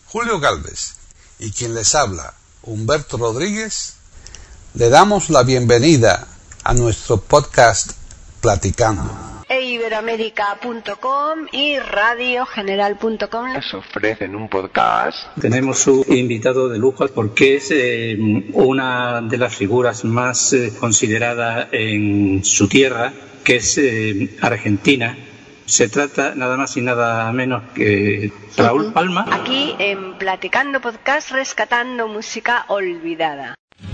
Julio Galvez y quien les habla, Humberto Rodríguez, le damos la bienvenida a nuestro podcast Platicando. Iberoamerica.com y radiogeneral.com nos ofrecen un podcast. Tenemos un invitado de lujo porque es una de las figuras más consideradas en su tierra, que es Argentina. Se trata nada más y nada menos que Raúl Palma. Aquí en Platicando Podcast, rescatando música olvidada.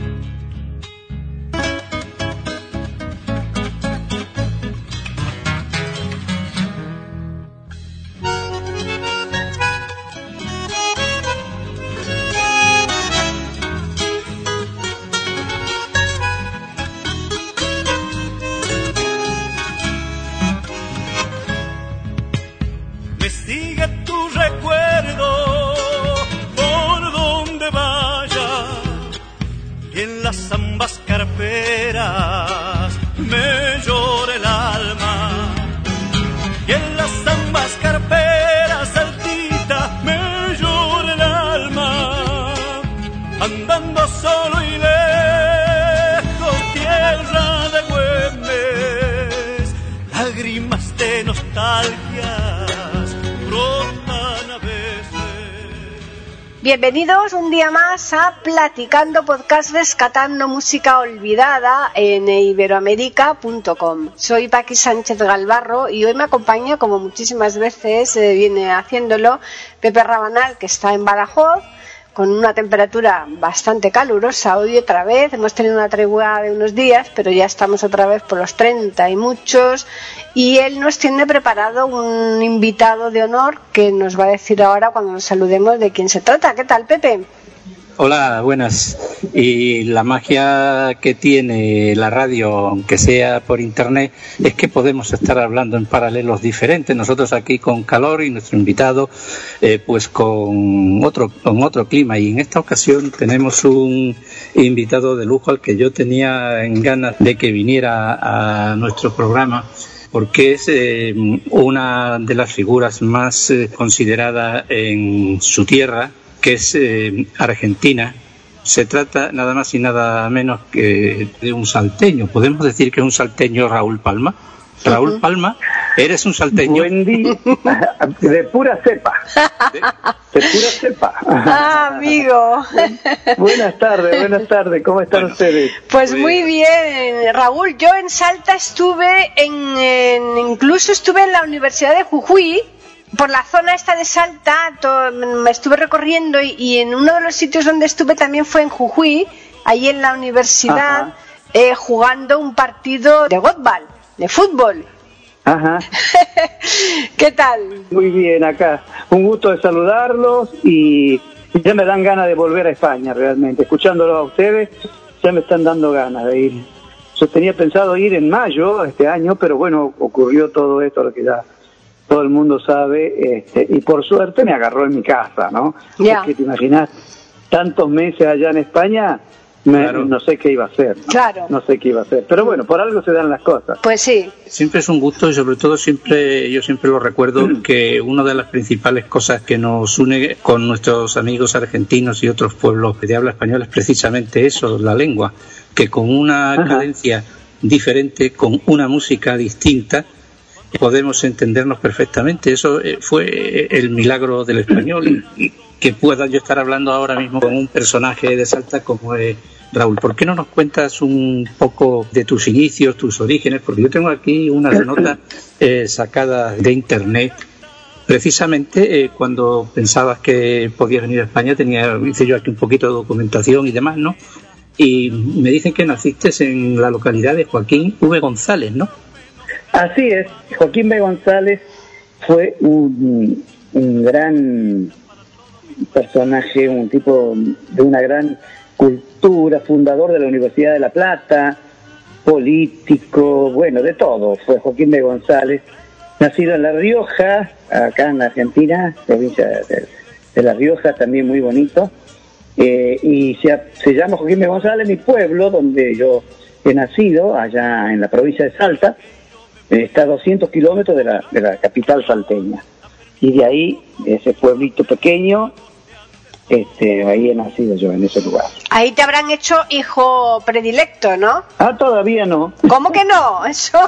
Las zambas carperas me llora el alma, y en las zambas carperas saltita me llora el alma, andando solo y lejos, tierra de Güemes, lágrimas de nostalgias brotan a veces. Bienvenidos un día más a Platicando Podcast, rescatando música olvidada en Iberoamerica.com. Soy Paqui Sánchez Galvarro y hoy me acompaña, como muchísimas veces viene haciéndolo, Pepe Rabanal, que está en Badajoz, con una temperatura bastante calurosa. Hoy otra vez hemos tenido una tregua de unos días, pero ya estamos otra vez por los 30 y muchos, y él nos tiene preparado un invitado de honor que nos va a decir ahora cuando nos saludemos de quién se trata. ¿Qué tal, Pepe? Hola, buenas. Y la magia que tiene la radio, aunque sea por internet, es que podemos estar hablando en paralelos diferentes. Nosotros aquí con calor y nuestro invitado pues con otro clima. Y en esta ocasión tenemos un invitado de lujo al que yo tenía en ganas de que viniera a nuestro programa, porque es una de las figuras más consideradas en su tierra, que es Argentina. Se trata nada más y nada menos que de un salteño. ¿Podemos decir que es un salteño Raúl Palma? Raúl Palma, ¿eres un salteño? Buen día, de pura cepa. De pura cepa. Ah, amigo. Buenas tardes, ¿cómo están ustedes? Pues muy bien, Raúl. Yo en Salta estuve incluso estuve en la Universidad de Jujuy. Por la zona esta de Salta me estuve recorriendo y en uno de los sitios donde estuve también fue en Jujuy, ahí en la universidad, jugando un partido de gótbal, de fútbol. Ajá. ¿Qué tal? Muy bien, acá. Un gusto de saludarlos y ya me dan ganas de volver a España realmente. Escuchándolos a ustedes, ya me están dando ganas de ir. Yo tenía pensado ir en mayo este año, pero bueno, ocurrió todo esto, lo que ya todo el mundo sabe, y por suerte me agarró en mi casa, ¿no? Yeah. Porque te imaginas, tantos meses allá en España, claro. No sé qué iba a hacer, ¿no? Claro. No sé qué iba a hacer, pero bueno, por algo se dan las cosas. Pues sí. Siempre es un gusto y sobre todo yo siempre lo recuerdo, que una de las principales cosas que nos une con nuestros amigos argentinos y otros pueblos de habla española es precisamente eso, la lengua, que con una cadencia diferente, con una música distinta, podemos entendernos perfectamente. Eso fue el milagro del español, y que pueda yo estar hablando ahora mismo con un personaje de Salta como es Raúl. ¿Por qué no nos cuentas un poco de tus inicios, tus orígenes? Porque yo tengo aquí unas notas sacadas de internet. Precisamente cuando pensabas que podías venir a España, hice yo aquí un poquito de documentación y demás, ¿no? Y me dicen que naciste en la localidad de Joaquín V. González, ¿no? Así es, Joaquín B. González fue un gran personaje, un tipo de una gran cultura, fundador de la Universidad de La Plata, político, bueno, de todo. Fue Joaquín B. González, nacido en La Rioja, acá en Argentina, provincia de La Rioja, también muy bonito, y se llama Joaquín B. González, mi pueblo, donde yo he nacido, allá en la provincia de Salta. Está a 200 kilómetros de la capital salteña. Y de ahí, ese pueblito pequeño, Ahí he nacido yo, en ese lugar. Ahí te habrán hecho hijo predilecto, ¿no? Todavía no. ¿Cómo que no? Eso.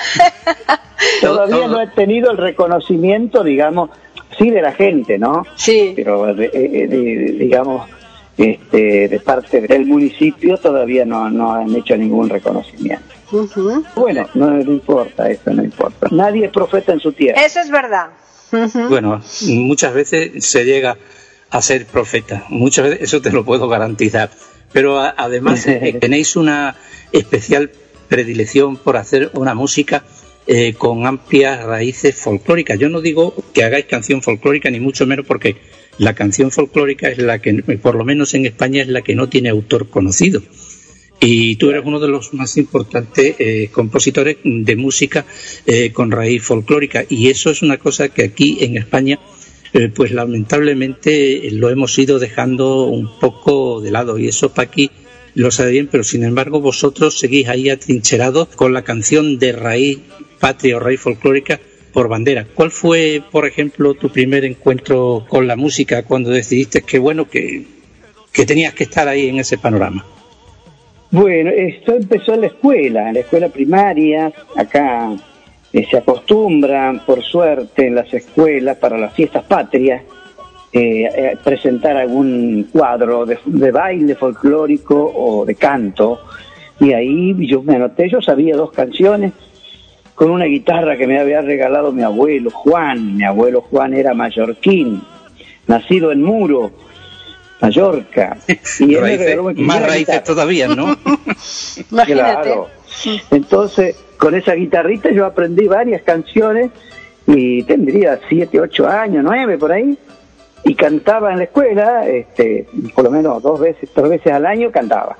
Todavía no he tenido el reconocimiento, digamos, sí, de la gente, ¿no? Sí. Pero, digamos, de parte del municipio todavía no han hecho ningún reconocimiento. Uh-huh. Bueno, no importa, eso no importa. Nadie es profeta en su tierra. Eso es verdad. Uh-huh. Bueno, muchas veces se llega a ser profeta, muchas veces, eso te lo puedo garantizar, pero además tenéis una especial predilección por hacer una música con amplias raíces folclóricas. Yo no digo que hagáis canción folclórica, ni mucho menos, porque la canción folclórica es la que, por lo menos en España, es la que no tiene autor conocido. Y tú eres uno de los más importantes compositores de música con raíz folclórica, y eso es una cosa que aquí en España pues lamentablemente lo hemos ido dejando un poco de lado, y eso Paqui lo sabe bien, pero sin embargo vosotros seguís ahí atrincherados con la canción de raíz patria o raíz folclórica por bandera. ¿Cuál fue, por ejemplo, tu primer encuentro con la música cuando decidiste que bueno, que tenías que estar ahí en ese panorama? Bueno, esto empezó en la escuela primaria. Acá se acostumbran, por suerte, en las escuelas para las fiestas patrias presentar algún cuadro de baile folclórico o de canto, y ahí yo me anoté. Yo sabía 2 canciones con una guitarra que me había regalado mi abuelo Juan. Mi abuelo Juan era mallorquín, nacido en Muro, Mallorca, y él me regaló más raíces guitarra todavía, ¿no? Imagínate. Claro. Entonces, con esa guitarrita yo aprendí varias canciones, y tendría 7, 8 años, 9 por ahí, y cantaba en la escuela, por lo menos 3 veces al año cantaba.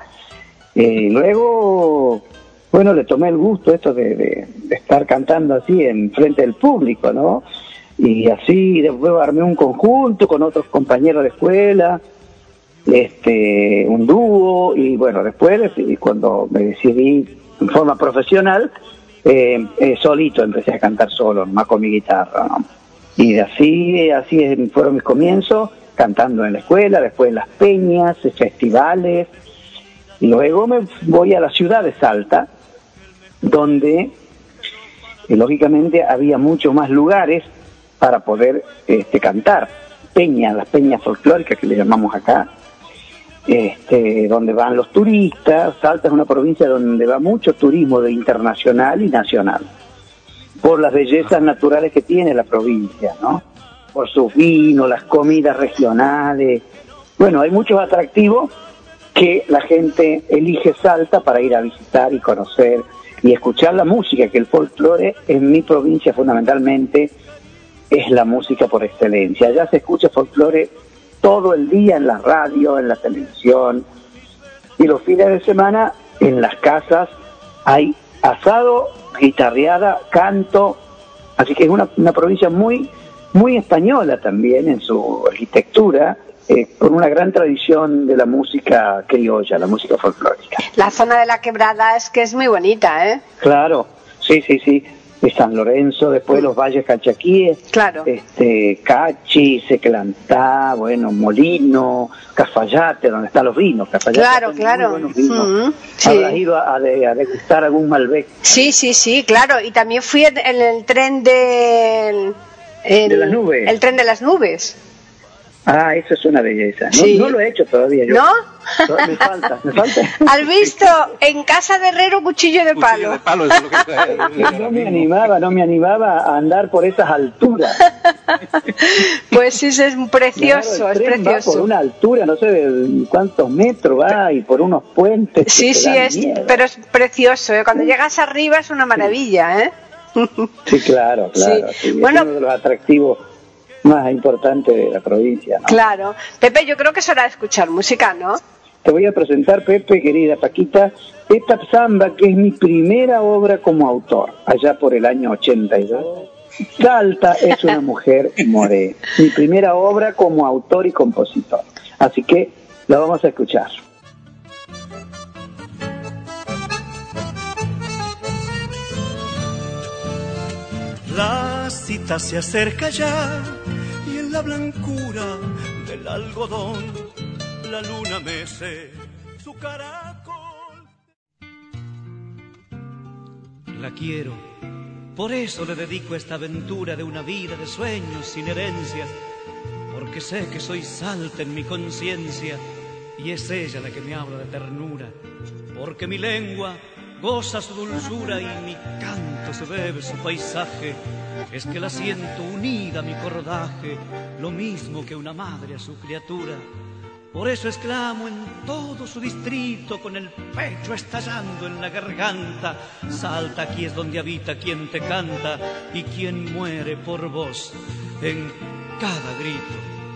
Luego, bueno, le tomé el gusto esto de estar cantando así en frente del público, ¿no? Y así después armé un conjunto con otros compañeros de escuela, un dúo, y bueno, después cuando me decidí en forma profesional, solito empecé a cantar solo, más con mi guitarra, ¿no? Y así fueron mis comienzos, cantando en la escuela, después en las peñas, festivales, y luego me voy a la ciudad de Salta, donde lógicamente había muchos más lugares para poder cantar. Las peñas folclóricas que le llamamos acá, donde van los turistas. Salta es una provincia donde va mucho turismo de internacional y nacional, por las bellezas naturales que tiene la provincia, ¿no? Por sus vinos, las comidas regionales. Bueno, hay muchos atractivos que la gente elige Salta para ir a visitar y conocer y escuchar la música, que el folclore en mi provincia fundamentalmente es la música por excelencia. Allá se escucha folclore todo el día en la radio, en la televisión, y los fines de semana en las casas hay asado, guitarreada, canto. Así que es una provincia muy, muy española también en su arquitectura, con una gran tradición de la música criolla, la música folclórica. La zona de la Quebrada es que es muy bonita, ¿eh? Claro, sí. De San Lorenzo, después los valles calchaquíes, claro. Cachi, Seclantá, bueno, Molino, Cafayate, donde están los vinos. Cafayate, claro. Muy buenos vinos. Uh-huh. Sí. Habrás ido a degustar algún Malbec. Sí, claro. Y también fui en el tren de las nubes. El tren de las nubes. Ah, eso es una belleza. Sí. No lo he hecho todavía yo. ¿No? Me falta. ¿Has visto? En casa de herrero, cuchillo de palo. Cuchillo de palo, eso es lo que... No me animaba a andar por esas alturas. Pues sí, es precioso, Claro, el es tren precioso. va por una altura, no sé de cuántos metros va, y por unos puentes. Sí, pero es precioso, ¿eh? Cuando llegas arriba es una maravilla, ¿eh? Sí, claro. Sí. Bueno, es uno de los atractivos más importantes de la provincia, ¿no? Claro. Pepe, yo creo que es hora de escuchar música, ¿no? Te voy a presentar, Pepe, querida Paquita, esta samba, que es mi primera obra como autor, allá por el año 82. Salta es una mujer morena. Mi primera obra como autor y compositor. Así que la vamos a escuchar. La cita se acerca ya y en la blancura de la algodón, la luna mece su caracol. La quiero, por eso le dedico esta aventura de una vida de sueños sin herencias, porque sé que soy salta en mi conciencia y es ella la que me habla de ternura, porque mi lengua goza su dulzura y mi canto se bebe su paisaje. Es que la siento unida a mi cordaje, lo mismo que una madre a su criatura. Por eso exclamo en todo su distrito, con el pecho estallando en la garganta: Salta, aquí es donde habita quien te canta y quien muere por vos en cada grito.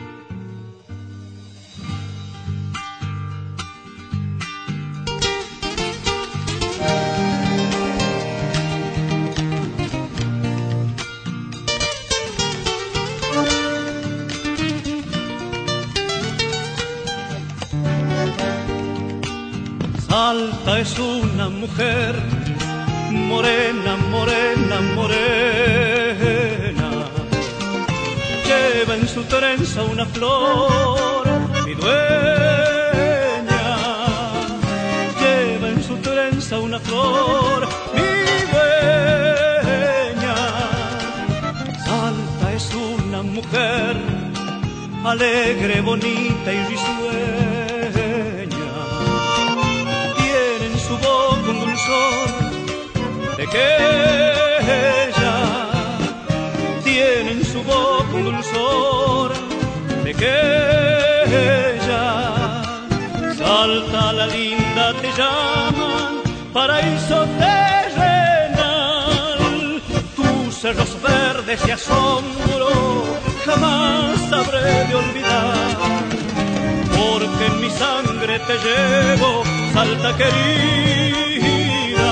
Salta es una mujer morena, morena, morena. Lleva en su trenza una flor, mi dueña. Lleva en su trenza una flor, mi dueña. Salta es una mujer alegre, bonita y risueña. Su boca un dulzor de queja, tiene en su boca un dulzor de queja. Salta la linda, te llaman paraíso terrenal. Tus cerros verdes de asombro jamás habré de olvidar, porque en mi sangre te llevo, Salta querida.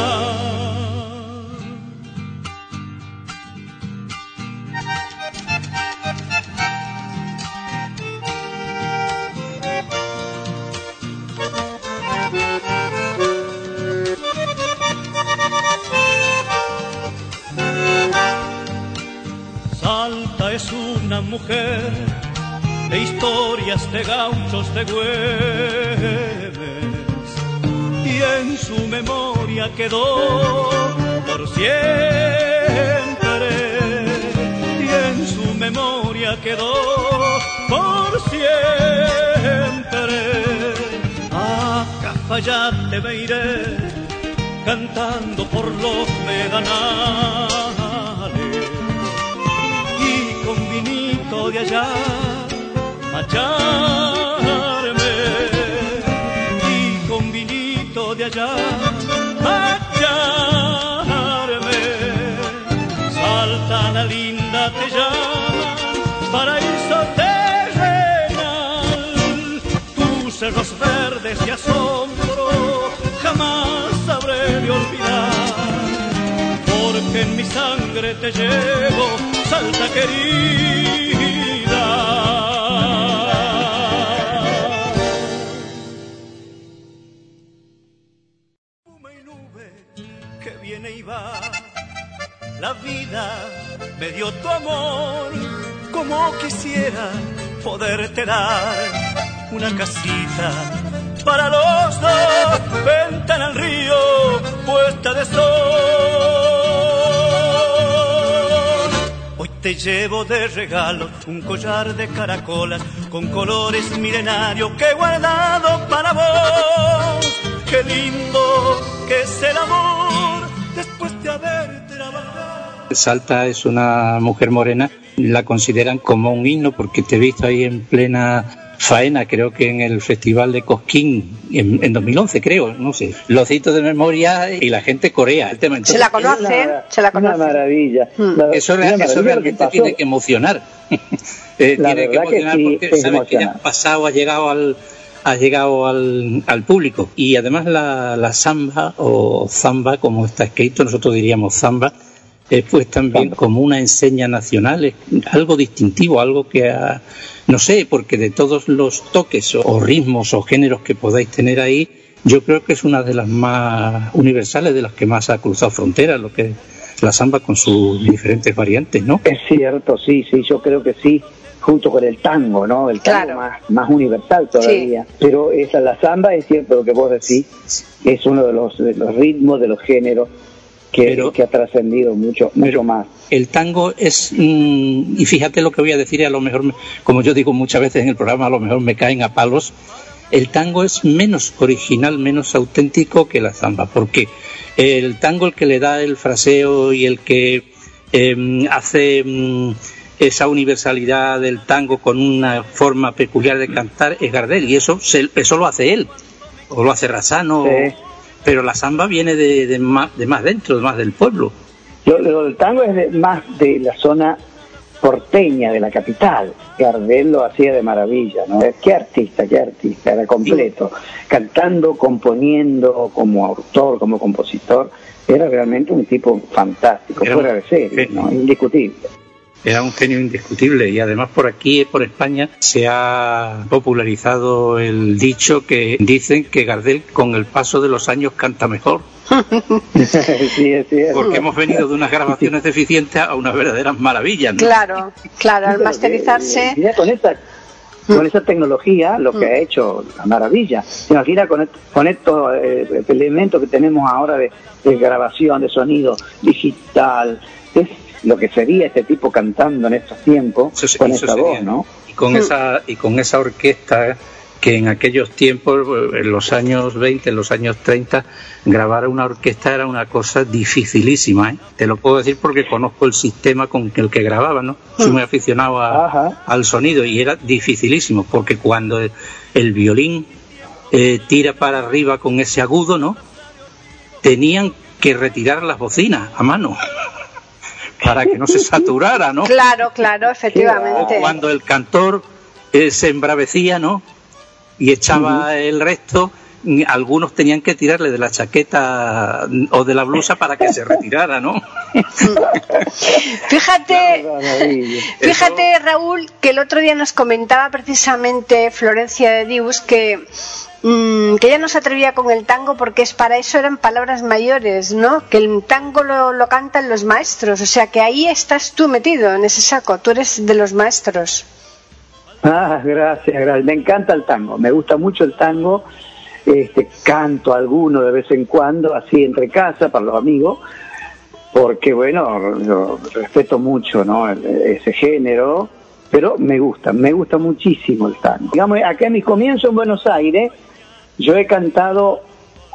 Salta es una mujer de historias de gauchos de Güemes, y en su memoria quedó por siempre, y en su memoria quedó por siempre. A Cafayate me iré cantando por los ventanales, y con vinito de allá macharme, y con vinito de allá macharme. Salta la linda, te llama paraíso terrenal. Tus cerros verdes de asombro jamás habré de olvidar, porque en mi sangre te llevo, Salta querida. La vida me dio tu amor, como quisiera poderte dar una casita para los dos, ventana al río, puesta de sol. Hoy te llevo de regalo un collar de caracolas con colores milenarios que he guardado para vos. Qué lindo que es el amor después de haberte trabajado. Salta es una mujer morena, la consideran como un himno porque te he visto ahí en plena faena, creo que en el Festival de Cosquín en 2011, creo, no sé. Lo cito de memoria y la gente corea el tema. Entonces, se la conocen. Una maravilla. Eso realmente tiene que emocionar. Tiene que emocionar porque sabes que ya ha pasado, ha llegado al público. Y además la samba o zamba, como está escrito, nosotros diríamos zamba, pues también como una enseña nacional, es algo distintivo, algo que no sé, porque de todos los toques o ritmos o géneros que podáis tener ahí, yo creo que es una de las más universales, de las que más ha cruzado fronteras, lo que es la samba con sus diferentes variantes, ¿no? Es cierto, sí, yo creo que sí. junto con el tango, ¿no? El tango Claro. más universal todavía. Sí. Pero la samba, es cierto lo que vos decís, es uno de los ritmos, de los géneros que ha trascendido mucho más. El tango es, y fíjate lo que voy a decir, a lo mejor, como yo digo muchas veces en el programa, a lo mejor me caen a palos. El tango es menos original, menos auténtico que la samba, porque el tango, el que le da el fraseo y el que hace esa universalidad del tango con una forma peculiar de cantar es Gardel, y eso lo hace él, o lo hace Razzano, sí. Pero la samba viene de más dentro, más del pueblo. El tango es más de la zona porteña, de la capital. Gardel lo hacía de maravilla, ¿no? Qué artista, era completo. Sí. Cantando, componiendo, como autor, como compositor, era realmente un tipo fantástico, fuera de serie, ¿no? Indiscutible. Era un genio indiscutible, y además por aquí, por España, se ha popularizado el dicho que dicen que Gardel con el paso de los años canta mejor. Sí, es cierto. Porque hemos venido de unas grabaciones deficientes a unas verdaderas maravillas, ¿no? Claro, al masterizarse. Mira, con esa tecnología, lo que ha hecho la maravilla. Se imagina con estos elementos que tenemos ahora de grabación, de sonido digital, es lo que sería este tipo cantando en estos tiempos, con esa voz, ¿no? Y con esa orquesta que en aquellos tiempos, en los años 20, en los años 30, grabar una orquesta era una cosa dificilísima, ¿eh? Te lo puedo decir porque conozco el sistema con el que grababa, ¿no? Soy muy aficionado al sonido, y era dificilísimo, porque cuando el violín tira para arriba con ese agudo, ¿no? Tenían que retirar las bocinas a mano para que no se saturara, ¿no? Claro, efectivamente. O cuando el cantor se embravecía, ¿no? Y echaba el resto, algunos tenían que tirarle de la chaqueta o de la blusa para que se retirara, ¿no? Fíjate, Raúl, que el otro día nos comentaba precisamente Florencia de Dius que ella no se atrevía con el tango porque para eso eran palabras mayores, ¿no? Que el tango lo cantan los maestros, o sea que ahí estás tú metido en ese saco, tú eres de los maestros. Gracias. Me encanta el tango, me gusta mucho el tango. Canto alguno de vez en cuando, así entre casa, para los amigos, porque bueno, yo respeto mucho, ¿no? Ese género, pero me gusta muchísimo el tango. Digamos, acá en mis comienzos en Buenos Aires, yo he cantado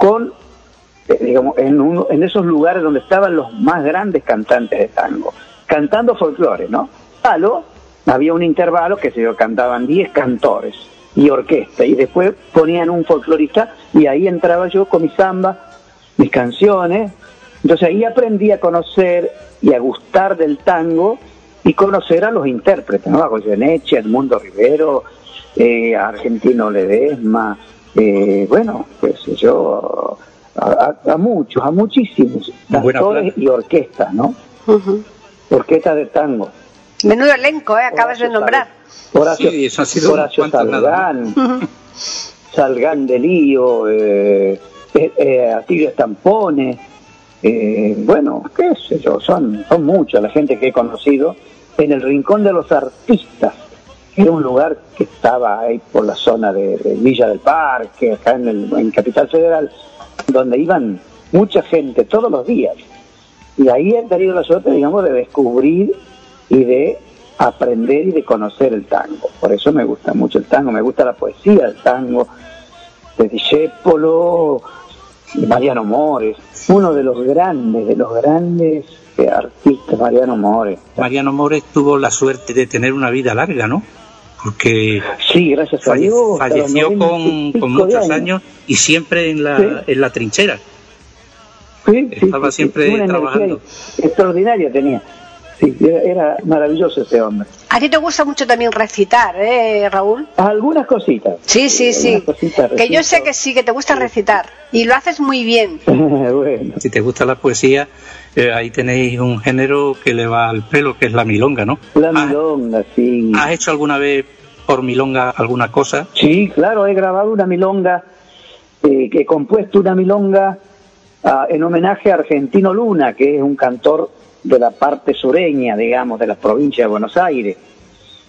en esos lugares donde estaban los más grandes cantantes de tango, cantando folclore, ¿no? Había un intervalo que cantaban 10 cantores y orquesta, y después ponían un folclorista, y ahí entraba yo con mi samba, mis canciones. Entonces ahí aprendí a conocer y a gustar del tango y conocer a los intérpretes, ¿no? A Goyeneche, a Edmundo Rivero, a Argentino Ledesma, a muchísimos cantores y orquestas, ¿no? Orquestas de tango. Menudo elenco, acabas de nombrar. Horacio Salgán de Lío, Atilio Stampone, qué sé yo, son muchos la gente que he conocido en el Rincón de los Artistas. Era un lugar que estaba ahí por la zona de Villa del Parque, acá en Capital Federal, donde iban mucha gente todos los días. Y ahí he tenido la suerte, digamos, de descubrir y de aprender y de conocer el tango. Por eso me gusta mucho el tango, me gusta la poesía del tango, de Discépolo, de Mariano Mores, uno de los grandes artistas, Mariano Mores. Mariano Mores tuvo la suerte de tener una vida larga, ¿no? Porque sí, gracias a Dios, falleció con muchos años y siempre en la trinchera. Estaba siempre trabajando. Extraordinaria tenía. Sí, era maravilloso ese hombre. A ti te gusta mucho también recitar, Raúl. Algunas cositas. Sí. Que yo sé que sí, que te gusta recitar. Y lo haces muy bien. Bueno. Si te gusta la poesía, ahí tenéis un género que le va al pelo, que es la milonga, ¿no? La milonga, sí. ¿Has hecho alguna vez por milonga alguna cosa? Sí, claro, he grabado una milonga, que he compuesto una milonga en homenaje a Argentino Luna, que es un cantor de la parte sureña, digamos, de la provincia de Buenos Aires.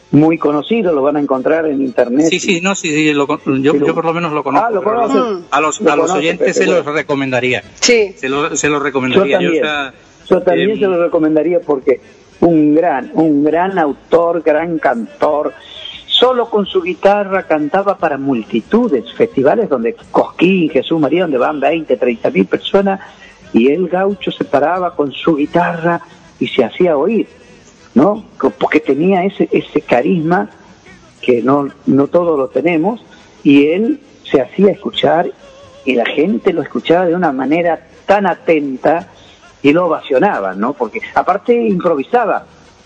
muy conocido, lo van a encontrar en internet. Sí, yo por lo menos lo conozco. Lo conoces. A los oyentes se los recomendaría. Sí. Se los recomendaría. Yo también se lo recomendaría porque un gran autor, gran cantor. Solo con su guitarra cantaba para multitudes, festivales donde Cosquín, Jesús María, donde van 20, 30 mil personas, y el gaucho se paraba con su guitarra y se hacía oír, ¿no? Porque tenía ese carisma que no todos lo tenemos, y él se hacía escuchar y la gente lo escuchaba de una manera tan atenta y lo ovacionaban, ¿no? Porque aparte improvisaba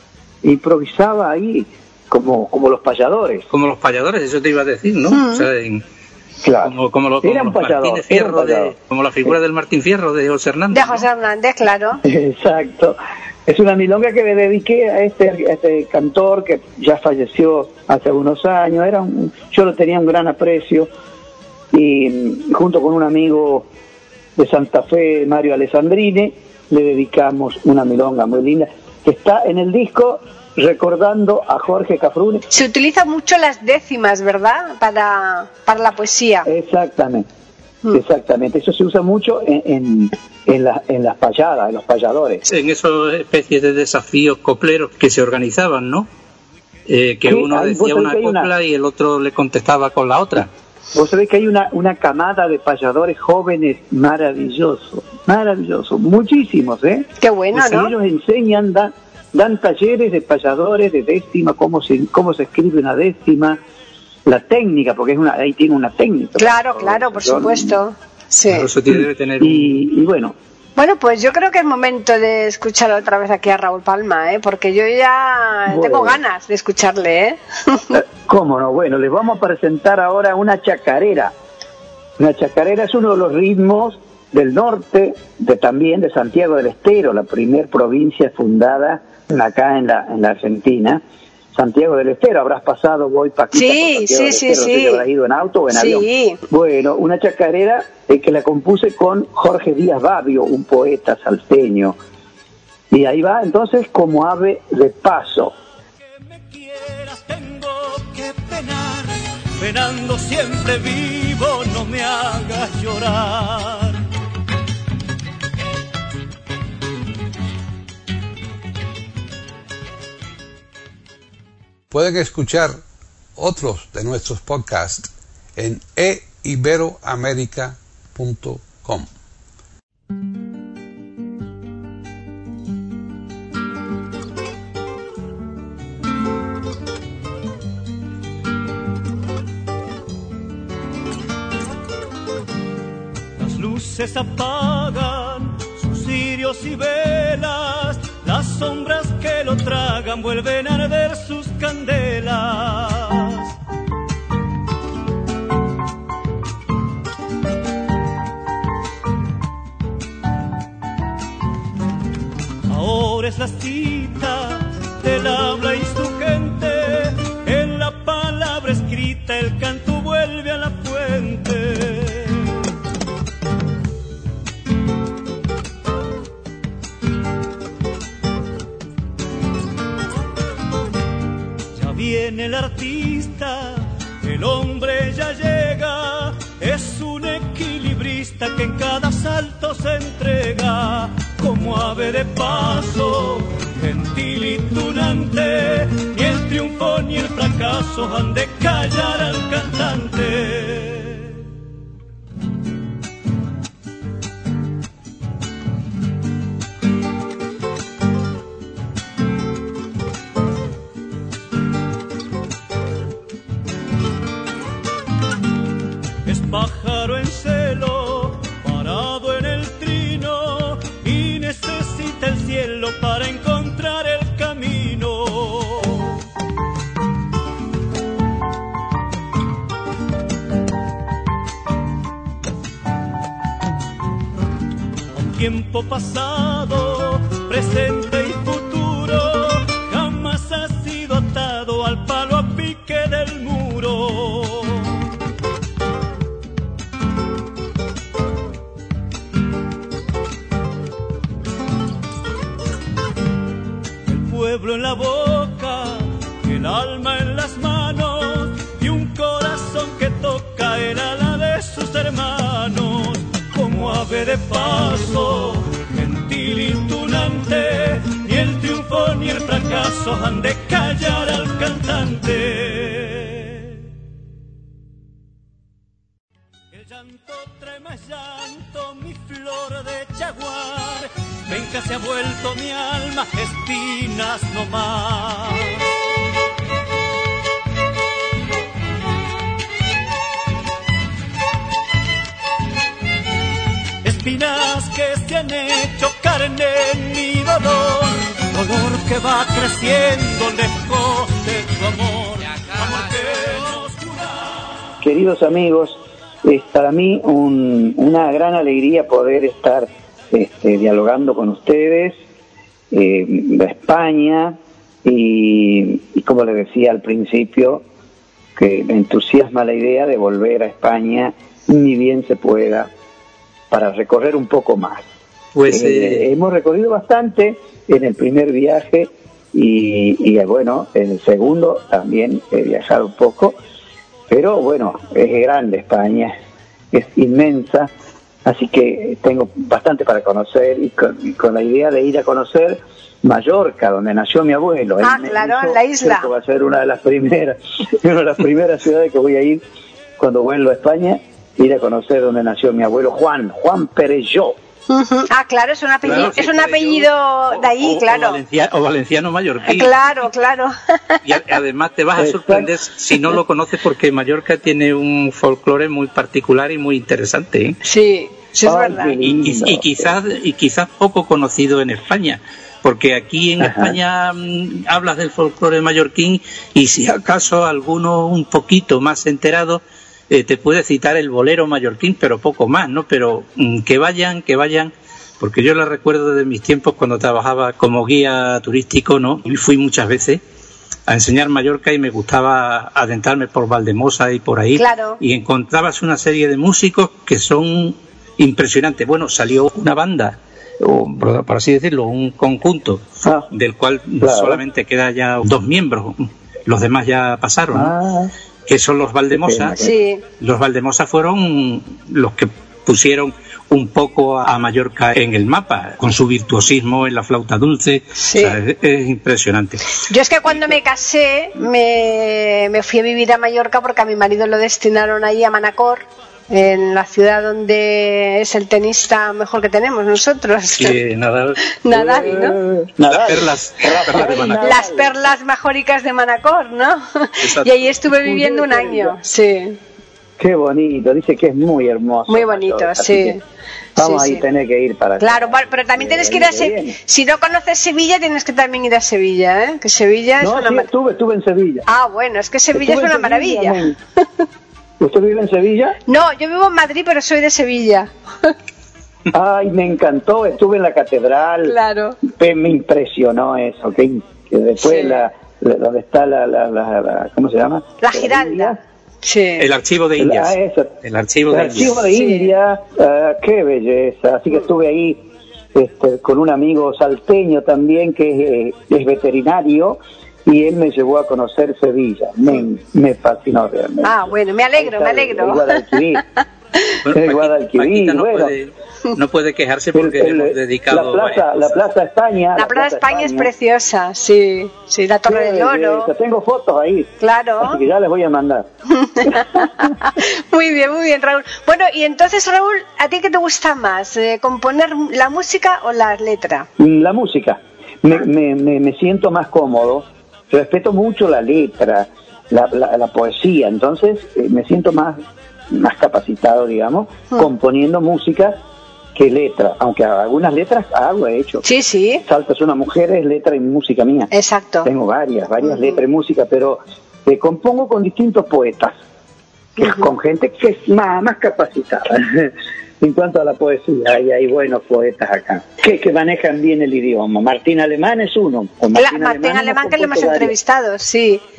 ahí como los payadores. Como los payadores, eso te iba a decir, ¿no? O sea, claro. Como los Martín Fierro, como la figura del Martín Fierro de José Hernández. De José Hernández, claro. Exacto. Es una milonga que me dediqué a este cantor que ya falleció hace unos años. Yo lo tenía un gran aprecio, y junto con un amigo de Santa Fe, Mario Alessandrini, le dedicamos una milonga muy linda que está en el disco Recordando a Jorge Cafrune. Se utilizan mucho las décimas, ¿verdad? Para la poesía. Exactamente. Eso se usa mucho en las payadas, en los payadores. En esas especies de desafíos copleros que se organizaban, ¿no? Que sí, uno decía una copla y el otro le contestaba con la otra. Vos sabés que hay una camada de payadores jóvenes maravillosos, muchísimos, ¿eh? Qué bueno, pues ¿no? Ellos enseñan, dan talleres de payadores, de décima, cómo se escribe una décima, la técnica, porque ahí tiene una técnica. Claro, por supuesto. Sí. Claro, eso debe tener y bueno. Bueno, pues yo creo que es momento de escuchar otra vez aquí a Raúl Palma, porque yo ya tengo ganas de escucharle, ¿eh? ¿Cómo no? Bueno, les vamos a presentar ahora una chacarera. Una chacarera es uno de los ritmos del norte, también de Santiago del Estero, la primer provincia fundada acá en la Argentina. Santiago del Estero, habrás pasado, Paquita, sí. ¿Te habrás ido en auto o en avión? Bueno, una chacarera que la compuse con Jorge Díaz Babio, un poeta salteño. Y ahí va entonces Como ave de paso. Que me quieras tengo que penar, penando siempre vivo, no me hagas llorar. Pueden escuchar otros de nuestros podcasts en eiberoamerica.com. Las luces apagan sus cirios y velas, las sombras que lo tragan vuelven a arder sus candelas. Ahora es la cita del habla y su gente, en la palabra escrita el canto vuelve a la fuente. Viene el artista, el hombre ya llega, es un equilibrista que en cada salto se entrega, como ave de paso, gentil y tunante, ni el triunfo ni el fracaso han de callar al cantante. Pájaro en celo, parado en el trino, y necesita el cielo para encontrar el camino. Un tiempo pasado, presente y futuro, jamás ha sido atado al palo a pique del muro. Pueblo en la boca, el alma paso, gentil y tunante, ni el triunfo ni el fracaso han de callar al cantante. El llanto trae más llanto, mi flor de jaguar, venga se ha vuelto mi alma, espinas no más. Espinas que se han hecho carne en mi dolor, dolor que va creciendo lejos de tu amor, amor que nos jura. Queridos amigos, es para mí una gran alegría poder estar dialogando con ustedes de España y como les decía al principio, que me entusiasma la idea de volver a España ni bien se pueda, para recorrer un poco más. Pues hemos recorrido bastante en el primer viaje y bueno, en el segundo también he viajado un poco, pero bueno, es grande España, es inmensa, así que tengo bastante para conocer y con la idea de ir a conocer Mallorca, donde nació mi abuelo. Claro, la isla. Creo que va a ser una de las primeras ciudades que voy a ir cuando vuelva a España, ir a conocer donde nació mi abuelo Juan Perelló. Claro, es un apellido de ahí, claro. O valenciano mallorquín. Claro. Y además te vas a sorprender si no lo conoces, porque Mallorca tiene un folclore muy particular y muy interesante, ¿eh? Sí, es verdad. Y quizás poco conocido en España, porque aquí en España hablas del folclore mallorquín y si acaso alguno un poquito más enterado te puede citar el bolero mallorquín, pero poco más, ¿no? Pero que vayan, porque yo la recuerdo desde mis tiempos cuando trabajaba como guía turístico, ¿no? Y fui muchas veces a enseñar Mallorca y me gustaba adentrarme por Valdemosa y por ahí. Claro. Y encontrabas una serie de músicos que son impresionantes. Bueno, salió una banda, o por así decirlo, un conjunto, del cual solamente queda ya 2 miembros, los demás ya pasaron, ¿no? Que son los Valdemosa. Sí. Los Valdemosa fueron los que pusieron un poco a Mallorca en el mapa, con su virtuosismo en la flauta dulce. Sí. O sea, es impresionante. Yo es que cuando me casé me fui a vivir a Mallorca porque a mi marido lo destinaron ahí a Manacor, en la ciudad donde es el tenista mejor que tenemos nosotros. Sí, Nadal, ¿no? Las perlas de Manacor. Las perlas majóricas de Manacor, ¿no? Exacto. Y ahí estuve viviendo un año, sí. Qué bonito, dice que es muy hermoso. Muy bonito, Mallorca, sí. Vamos sí, a tener que ir para allá. Claro, pero también tienes que ir a Sevilla. Si no conoces Sevilla, tienes que también ir a Sevilla, ¿eh? Que Sevilla es una estuve en Sevilla. Bueno, es que Sevilla es una maravilla. ¿Usted vive en Sevilla? No, yo vivo en Madrid, pero soy de Sevilla. Ay, me encantó, estuve en la catedral. Claro. Me impresionó eso, que después donde está la ¿cómo se llama? La Giralda. Sí. El archivo de Indias. El archivo de India, qué belleza. Así que estuve ahí con un amigo salteño también que es veterinario, y él me llevó a conocer Sevilla. Me fascinó realmente. Bueno, me alegro. Paquita no puede quejarse porque hemos dedicado la Plaza España. La Plaza España es preciosa, sí, la Torre del Oro. Tengo fotos ahí. Claro. Así que ya les voy a mandar. Muy bien, Raúl. Bueno, y entonces, Raúl, ¿a ti qué te gusta más? ¿Componer la música o la letra? La música. Me siento más cómodo. Respeto mucho la letra, la poesía, entonces me siento más capacitado, digamos, componiendo música que letra, aunque algunas letras he hecho. Sí. Saltas una mujer es letra y música mía. Exacto. Tengo varias letras y música, pero compongo con distintos poetas, con gente que es más capacitada. En cuanto a la poesía, hay buenos poetas acá, que manejan bien el idioma. Martín Alemán es uno. Martín Alemán, que lo hemos entrevistado, sí.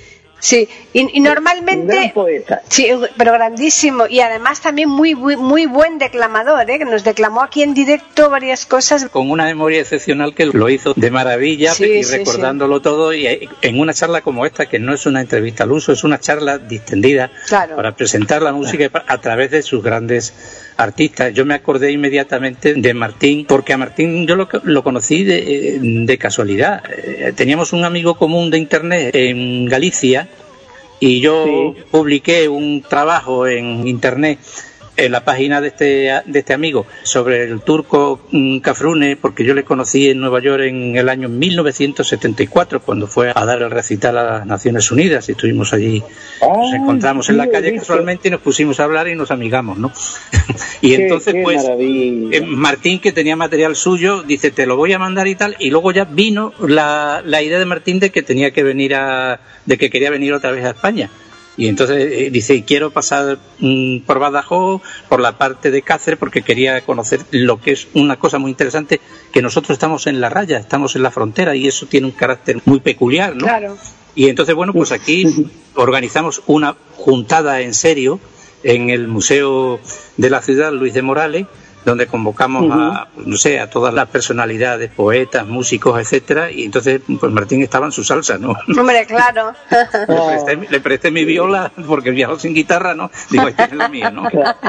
Sí, y normalmente... Un gran poeta. Sí, pero grandísimo. Y además también muy buen declamador, que nos declamó aquí en directo varias cosas. Con una memoria excepcional que lo hizo de maravilla, Sí, y sí, recordándolo todo, y en una charla como esta, que no es una entrevista al uso, es una charla distendida, Claro. para presentar la música a través de sus grandes artistas. Yo me acordé inmediatamente de Martín, porque a Martín yo lo conocí de casualidad. Teníamos un amigo común de internet en Galicia, y yo publiqué un trabajo en internet en la página de este amigo sobre el turco Cafrune, porque yo le conocí en Nueva York en el año 1974, cuando fue a dar el recital a las Naciones Unidas, y estuvimos allí, nos encontramos en la calle casualmente y nos pusimos a hablar y nos amigamos, ¿no? Y entonces pues Martín, que tenía material suyo, dice, te lo voy a mandar y tal, y luego ya vino la idea de Martín de que tenía que venir de que quería venir otra vez a España. Y entonces dice, quiero pasar por Badajoz, por la parte de Cáceres, porque quería conocer lo que es una cosa muy interesante, que nosotros estamos en la raya, estamos en la frontera, y eso tiene un carácter muy peculiar, ¿no? Claro. Y entonces, bueno, pues aquí organizamos una juntada en serio en el Museo de la Ciudad Luis de Morales, donde convocamos a todas las personalidades, poetas, músicos, etcétera, y entonces pues Martín estaba en su salsa, ¿no? Hombre, claro. Le presté mi viola, porque viajó sin guitarra, ¿no? Digo, esta es la mía, ¿no?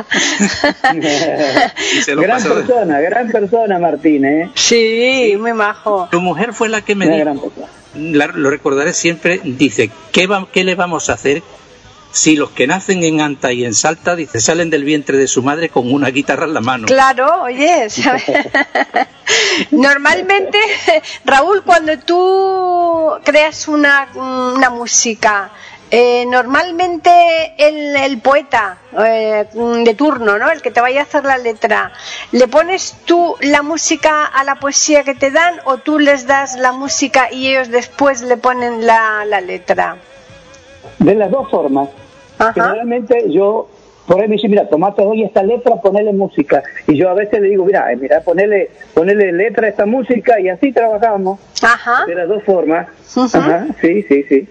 Y se lo pasó. Gran persona Martín, ¿eh? Sí, muy majo. Tu mujer fue la que me dijo, lo recordaré siempre, dice, ¿qué le vamos a hacer si los que nacen en Anta y en Salta, dice, salen del vientre de su madre con una guitarra en la mano? Claro, oye, normalmente, Raúl, cuando tú creas una música, normalmente el poeta de turno, ¿no?, el que te vaya a hacer la letra, ¿le pones tú la música a la poesía que te dan, o tú les das la música y ellos después le ponen la letra? De las dos formas. Generalmente yo, por ahí me dice, mira, tomate hoy esta letra, ponele música. Y yo a veces le digo, mira, ponele letra a esta música, y así trabajamos. De las dos formas. Sí.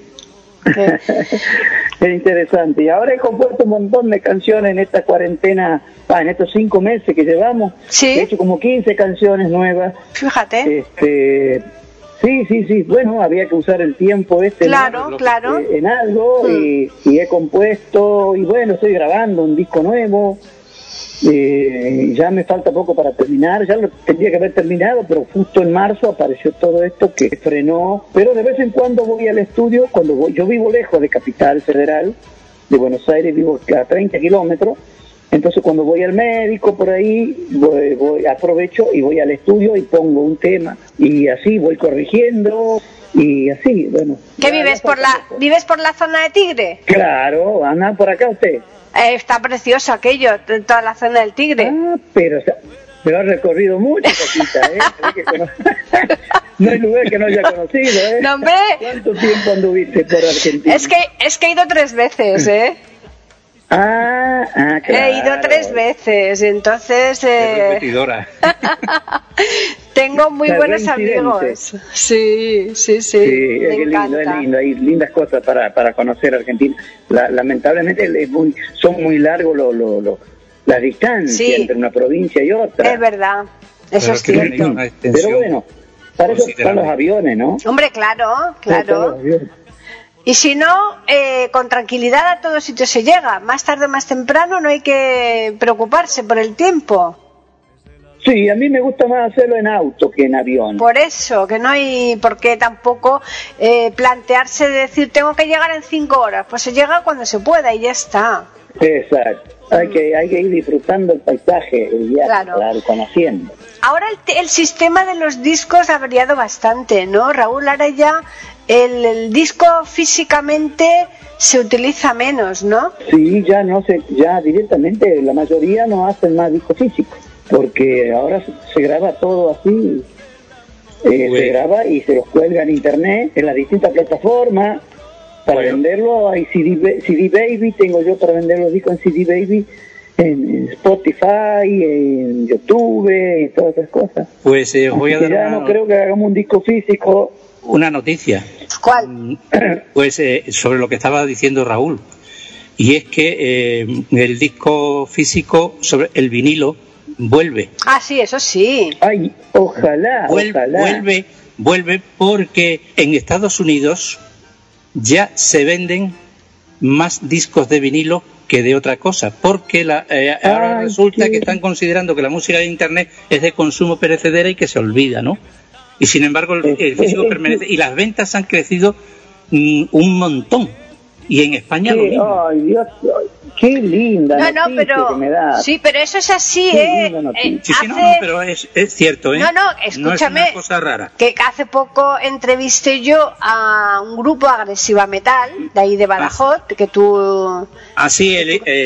Es interesante. Y ahora he compuesto un montón de canciones en esta cuarentena, en estos 5 meses que llevamos. He hecho como 15 canciones nuevas. Fíjate. Sí. Bueno, había que usar el tiempo claro. En algo, y he compuesto, y bueno, estoy grabando un disco nuevo. Ya me falta poco para terminar, ya lo tendría que haber terminado, pero justo en marzo apareció todo esto que frenó. Pero de vez en cuando voy al estudio, yo vivo lejos de Capital Federal, de Buenos Aires, vivo a 30 kilómetros. Entonces cuando voy al médico por ahí, voy aprovecho y voy al estudio y pongo un tema, y así voy corrigiendo, y así, bueno. ¿Qué vives por la zona de Tigre? Claro, anda por acá usted. Está precioso aquello, toda la zona del Tigre. Pero ha recorrido mucho, Paquita, ¿eh? No hay lugar que no haya conocido, ¿eh? No, hombre. ¿Cuánto tiempo anduviste por Argentina? Es que he ido 3 veces, ¿eh? Claro. He ido 3 veces, entonces repetidora. Tengo muy buenos amigos. Sí. Me encanta. Es lindo, hay lindas cosas para conocer Argentina. Lamentablemente son muy largos las distancias entre una provincia y otra. Es verdad, eso es cierto. Pero bueno, para eso están los aviones, ¿no? Hombre, claro. Y si no, con tranquilidad a todos sitios se llega. Más tarde o más temprano no hay que preocuparse por el tiempo. Sí, a mí me gusta más hacerlo en auto que en avión. Por eso, que no hay por qué tampoco plantearse de decir, tengo que llegar en 5 horas. Pues se llega cuando se pueda y ya está. Exacto. Hay que ir disfrutando el paisaje, el viaje, claro, conociendo. Ahora el sistema de los discos ha variado bastante, ¿no, Raúl? Ahora ya el disco físicamente se utiliza menos, ¿no? Sí, ya directamente la mayoría no hacen más disco físico, porque ahora se graba todo así, se graba y se los cuelga en internet, en las distintas plataformas, para venderlo. Hay CD Baby, tengo yo para vender los discos en CD Baby, en Spotify, en YouTube, y todas esas cosas. Pues voy a dar no creo que hagamos un disco físico una noticia. ¿Cuál? Pues sobre lo que estaba diciendo Raúl. Y es que el disco físico sobre el vinilo vuelve. Ah, sí, eso sí. Ay, ojalá. Vuelve porque en Estados Unidos ya se venden más discos de vinilo que de otra cosa, porque ahora resulta que están considerando que la música de internet es de consumo perecedera y que se olvida, ¿no? Y sin embargo el físico permanece y las ventas han crecido un montón. Y en España lo mismo. Ay, Dios, qué linda noticia que me da. Sí, pero eso es así, pero es cierto, ¿eh? No, escúchame. No es una cosa rara. Que hace poco entrevisté yo a un grupo Agresiva Metal, de ahí de Badajoz, que tú... Ah, sí,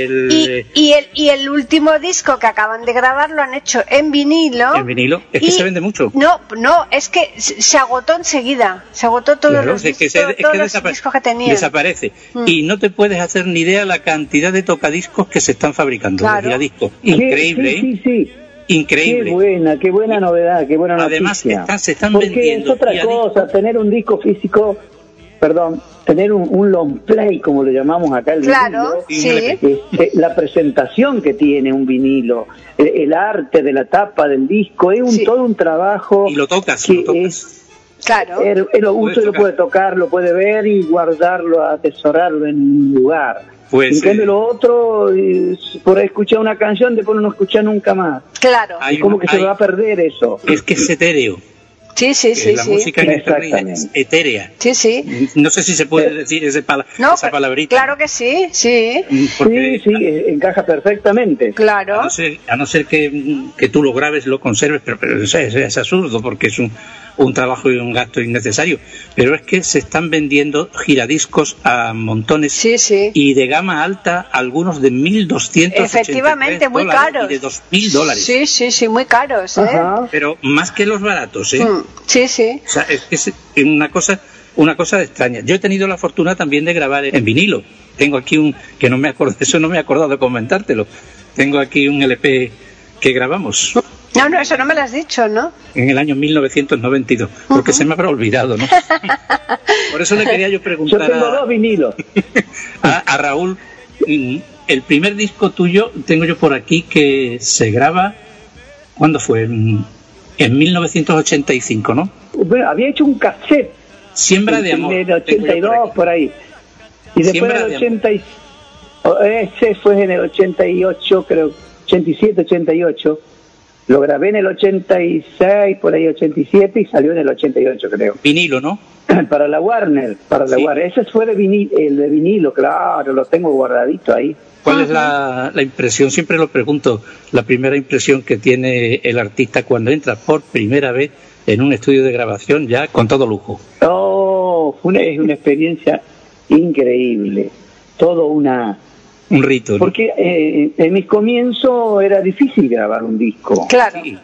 Y el último disco que acaban de grabar lo han hecho en vinilo. ¿En vinilo? Es que se vende mucho. No, es que se agotó enseguida. Se agotó todos los discos que tenía. Desaparece. Y no te puedes hacer ni idea la cantidad de tocadiscos que se están fabricando. Claro. Increíble, sí. Increíble. Qué buena novedad, qué buena noticia. Además se están porque vendiendo. Es otra cosa, tener un disco físico, tener un long play, como lo llamamos acá el vinilo. Sí. La presentación que tiene un vinilo, el arte de la tapa del disco, es todo un trabajo. Y lo tocas. Claro. Usted lo puede tocar, lo puede ver y guardarlo, atesorarlo en un lugar. Pues, en cambio lo otro, por escuchar una canción, después no escucha nunca más. Claro. Se va a perder eso. Es que es etéreo. Sí. La música en internet es etérea. Sí. No sé si se puede decir esa palabrita. Claro que sí. Porque, sí, encaja perfectamente. Claro. A no ser que tú lo grabes, lo conserves, pero es absurdo porque es un trabajo y un gasto innecesario. Pero es que se están vendiendo giradiscos a montones. Sí. Y de gama alta, algunos de $1,283. Efectivamente, muy caros. Y de $2,000. Sí, muy caros, Pero más que los baratos, Sí. O sea, es una cosa extraña. Yo he tenido la fortuna también de grabar en vinilo. Tengo aquí que no me he acordado de comentártelo. Tengo aquí un LP que grabamos. No, eso no me lo has dicho, ¿no? En el año 1992, porque se me habrá olvidado, ¿no? Por eso le quería yo preguntar. Yo tengo dos vinilos. A Raúl, el primer disco tuyo tengo yo por aquí que se graba. ¿Cuándo fue? En 1985, ¿no? Bueno, había hecho un cassette. Siembra de amor. En el 82, por ahí. Y después en el 80. Ese fue en el 88, creo. 87, 88. Lo grabé en el 86, por ahí 87, y salió en el 88, creo. Vinilo, ¿no? Para la Warner. Ese fue el de vinilo, claro, lo tengo guardadito ahí. ¿Cuál es la impresión? Siempre lo pregunto, la primera impresión que tiene el artista cuando entra por primera vez en un estudio de grabación ya con todo lujo. Es una experiencia increíble. Todo un rito, ¿no? Porque en mis comienzos era difícil grabar un disco. Claro. Sí.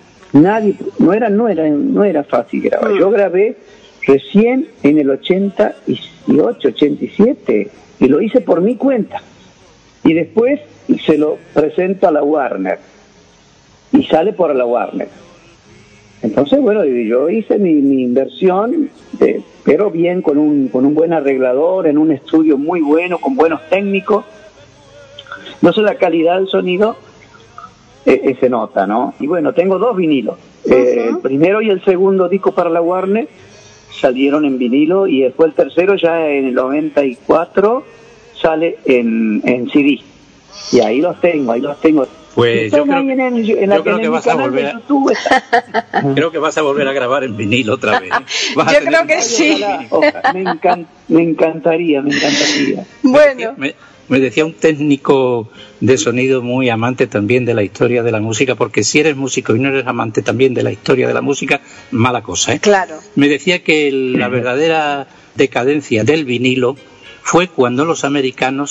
No era fácil grabar. Yo grabé recién en el 88, 87 y lo hice por mi cuenta. Y después se lo presento a la Warner y sale por la Warner. Entonces, bueno, yo hice mi inversión, pero bien, con un buen arreglador, en un estudio muy bueno, con buenos técnicos. Entonces la calidad del sonido se nota, ¿no? Y bueno, tengo dos vinilos. El primero y el segundo disco para la Warner salieron en vinilo, y después el tercero ya en el 94 sale en CD. Y ahí los tengo. Pues yo creo que vas a volver a... Creo que vas a volver a grabar en vinilo otra vez. Yo creo que sí. Me encantaría. Bueno. Me decía un técnico de sonido muy amante también de la historia de la música, porque si eres músico y no eres amante también de la historia de la música, mala cosa, ¿eh? Claro. Me decía que la verdadera decadencia del vinilo fue cuando los americanos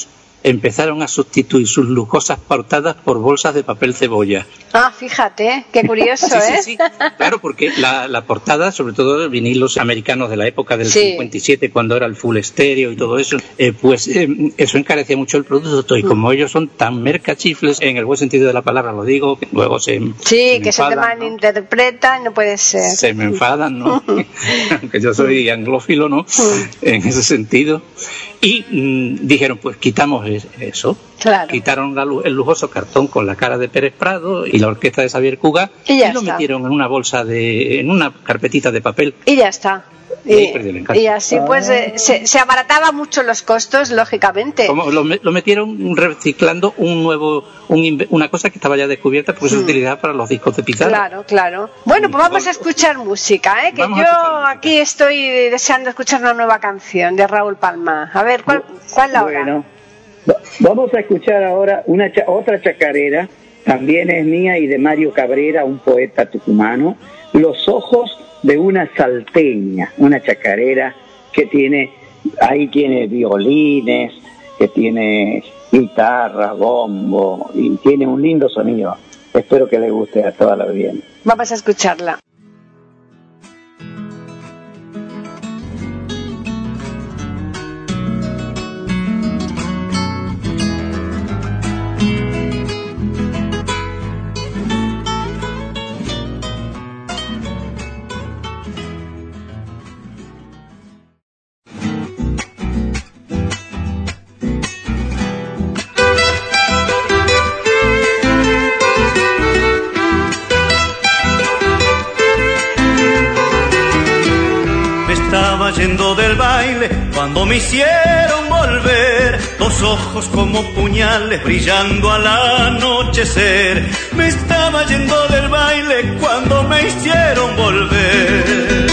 empezaron a sustituir sus lujosas portadas por bolsas de papel cebolla. Ah, fíjate, qué curioso, ¿eh? Sí, claro, porque la portada, sobre todo de vinilos americanos de la época del 57, cuando era el full estéreo y todo eso, eso encarecía mucho el producto, y como ellos son tan mercachifles, en el buen sentido de la palabra lo digo, que luego se me que enfadan, se te malinterpretan, no puede ser. Se me enfadan, ¿no? Aunque yo soy anglófilo, ¿no? En ese sentido. Y dijeron, pues quitamos eso. Claro. Quitaron el lujoso cartón con la cara de Pérez Prado y la orquesta de Xavier Cugat y lo metieron en una bolsa en una carpetita de papel. Y ya está. Y así pues se abarataba mucho los costos, lógicamente. Como lo metieron reciclando una cosa que estaba ya descubierta, porque se utilizaba para los discos de pizarra. Claro. Bueno, pues vamos a escuchar música, que yo aquí estoy deseando escuchar una nueva canción de Raúl Palma. A ver, ¿cuál la hora? Bueno, vamos a escuchar ahora otra chacarera, también es mía y de Mario Cabrera, un poeta tucumano, Los ojos de una salteña, una chacarera que tiene violines, que tiene guitarra, bombo, y tiene un lindo sonido. Espero que le guste a toda la audiencia. Vamos a escucharla. Yendo del baile cuando me hicieron volver, los ojos como puñales brillando al anochecer. Me estaba yendo del baile cuando me hicieron volver.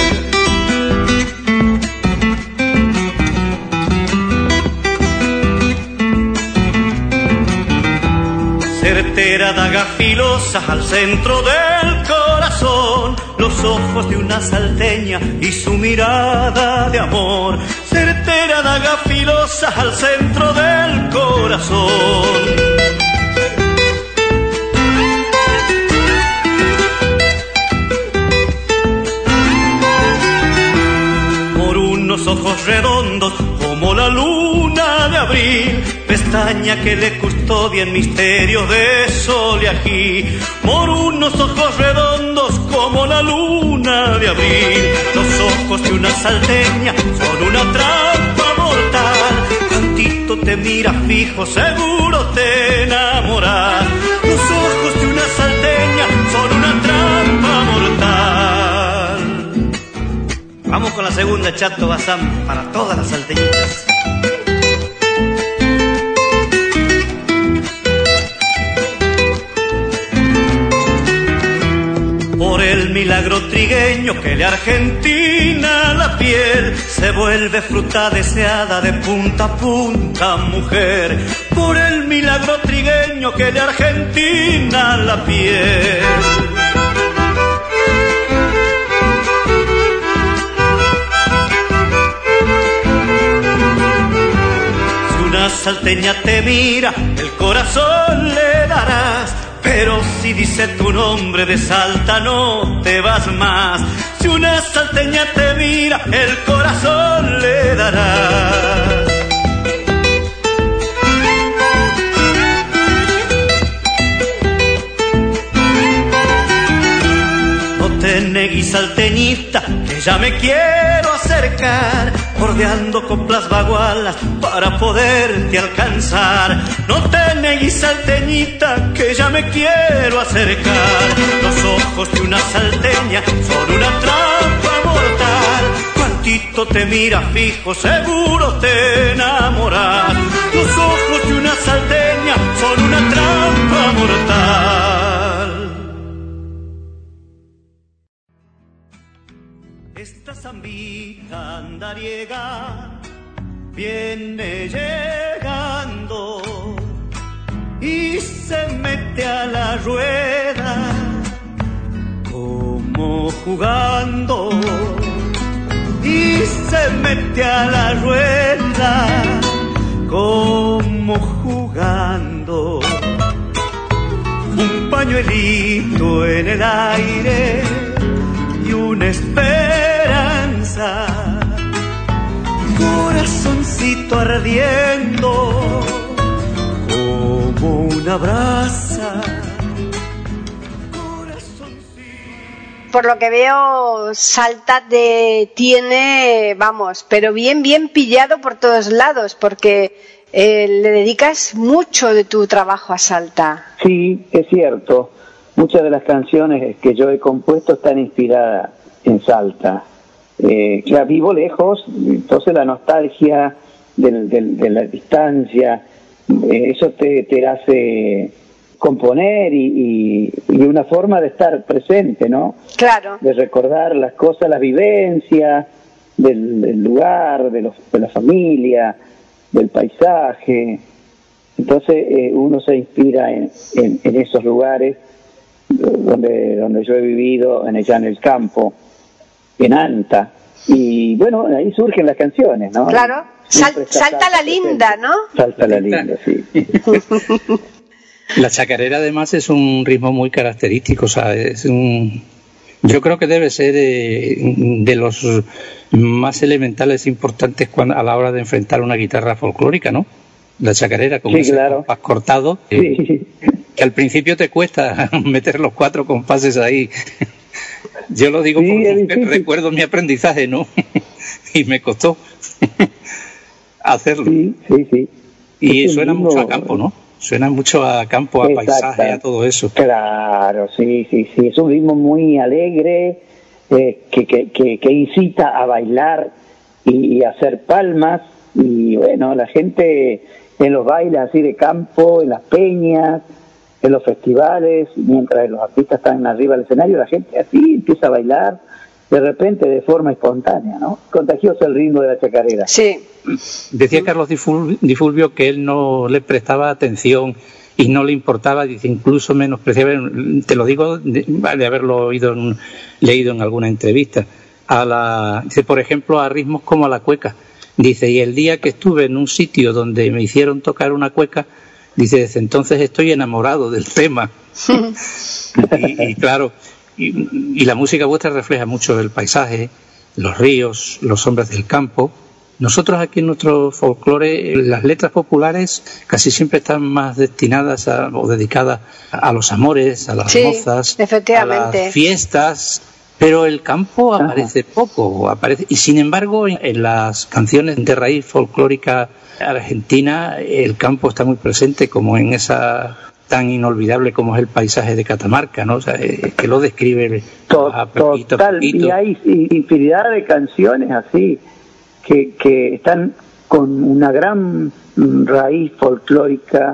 Certera daga filosa al centro del corazón, los ojos de una salteña y su mirada de amor. Certera daga filosa al centro del corazón. Por unos ojos redondos como la luna de abril, pestaña que le custodian misterios de sol y ají. Por unos ojos redondos como la luna de abril, los ojos de una salteña son una trampa mortal. Cuantito te miras fijo, seguro te enamoras. Los ojos de una salteña son una trampa mortal. Vamos con la segunda, Chato Bazán, para todas las salteñitas. Por el milagro trigueño que le argentina la piel, se vuelve fruta deseada de punta a punta mujer. Por el milagro trigueño que le argentina la piel. Si una salteña te mira, el corazón le darás. Pero si dice tu nombre de Salta no te vas más. Si una salteña te mira, el corazón le darás. No te negues, salteñita, que ya me quiero acercar, bordeando coplas bagualas para poderte alcanzar. No te negues, salteñita, que ya me quiero acercar. Los ojos de una salteña son una trampa mortal. Cuantito te mira fijo, seguro te enamoras. Los ojos de una salteña son una trampa mortal. Esta zambita andariega viene llegando y se mete a la rueda como jugando, y se mete a la rueda como volando, un pañuelito en el aire y una esperanza, corazoncito ardiendo como una brasa. Por lo que veo, Salta tiene, vamos, pero bien pillado por todos lados, porque le dedicas mucho de tu trabajo a Salta. Sí, es cierto. Muchas de las canciones que yo he compuesto están inspiradas en Salta. Ya vivo lejos, entonces la nostalgia de la distancia, eso te hace componer y una forma de estar presente, ¿no? Claro. De recordar las cosas, las vivencias del lugar, de la familia, del paisaje. Entonces uno se inspira en esos lugares donde yo he vivido, allá en el campo, en Anta. Y bueno, ahí surgen las canciones, ¿no? Claro. Salta la linda, ¿no? Salta la linda, sí. La chacarera además es un ritmo muy característico, o sea, yo creo que debe ser de los más elementales e importantes a la hora de enfrentar una guitarra folclórica, ¿no? La chacarera, con ese compás cortado, que al principio te cuesta meter los 4 compases ahí. Yo lo digo porque recuerdo mi aprendizaje, ¿no? Y me costó hacerlo. Sí. Y suena mucho a campo, ¿no? Suena mucho a campo, a paisaje, a todo eso. Claro, sí. Es un ritmo muy alegre, que incita a bailar y a hacer palmas. Y bueno, la gente en los bailes así de campo, en las peñas, en los festivales, mientras los artistas están arriba del escenario, la gente así empieza a bailar de repente de forma espontánea, ¿no? Contagioso el ritmo de la chacarera. Sí. Decía Carlos Di Fulvio que él no le prestaba atención y no le importaba, dice, incluso menospreciaba, te lo digo de haberlo leído en alguna entrevista, dice, por ejemplo, a ritmos como a la cueca. Dice, y el día que estuve en un sitio donde me hicieron tocar una cueca, dice, desde entonces estoy enamorado del tema. y claro, y la música vuestra refleja mucho el paisaje, los ríos, los hombres del campo. Nosotros aquí en nuestro folclore, las letras populares casi siempre están más destinadas o dedicadas a los amores, a las mozas, efectivamente, a las fiestas, pero el campo aparece poco, y sin embargo en las canciones de raíz folclórica argentina el campo está muy presente, como en esa tan inolvidable como es el paisaje de Catamarca, ¿no? O sea, que lo describe poquito a poquito. Y hay infinidad de canciones así que están con una gran raíz folclórica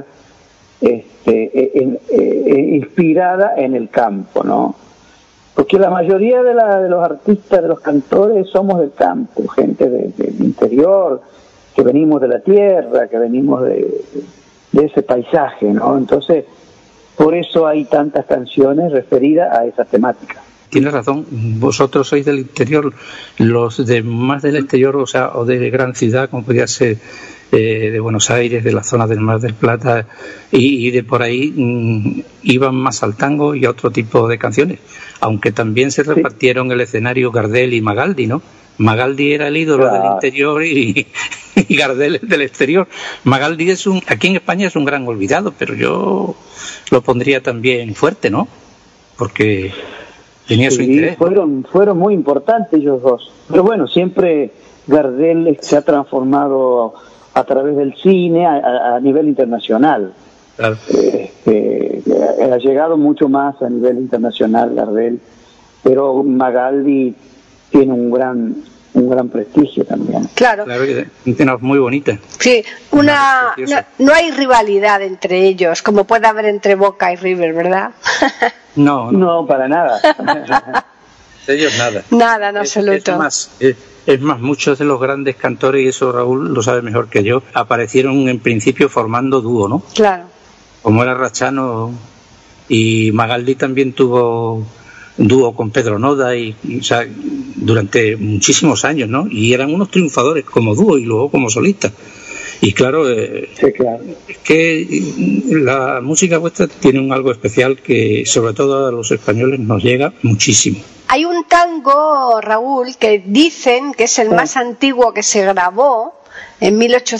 inspirada en el campo, ¿no? Porque la mayoría de los artistas, de los cantores, somos del campo, gente del interior, que venimos de la tierra, que venimos de ese paisaje, ¿no? Entonces, por eso hay tantas canciones referidas a esa temática. Tienes razón, vosotros sois del interior, los de más del exterior, o sea, o de gran ciudad, como podría ser de Buenos Aires, de la zona del Mar del Plata, y de por ahí iban más al tango y a otro tipo de canciones, aunque también se repartieron el escenario Gardel y Magaldi, ¿no? Magaldi era el ídolo del interior y Gardel del exterior. Magaldi aquí en España es un gran olvidado, pero yo lo pondría también fuerte, ¿no? Porque tenía su interés. Fueron muy importantes ellos dos. Pero bueno, siempre Gardel se ha transformado a través del cine a nivel internacional. Claro. Ha llegado mucho más a nivel internacional Gardel, pero Magaldi tiene un gran prestigio también. Claro. Una muy bonita. Sí, no hay rivalidad entre ellos, como puede haber entre Boca y River, ¿verdad? No, para nada. Ellos nada. Nada, en absoluto. Es más, muchos de los grandes cantores, y eso Raúl lo sabe mejor que yo, aparecieron en principio formando dúo, ¿no? Claro. Como era Rachano, y Magaldi también tuvo dúo con Pedro Noda, o sea, durante muchísimos años, ¿no? Y eran unos triunfadores como dúo y luego como solistas. Y claro, Sí, claro. es que la música vuestra tiene un algo especial que sobre todo a los españoles nos llega muchísimo. Hay un tango, Raúl, que dicen que es el más antiguo que se grabó en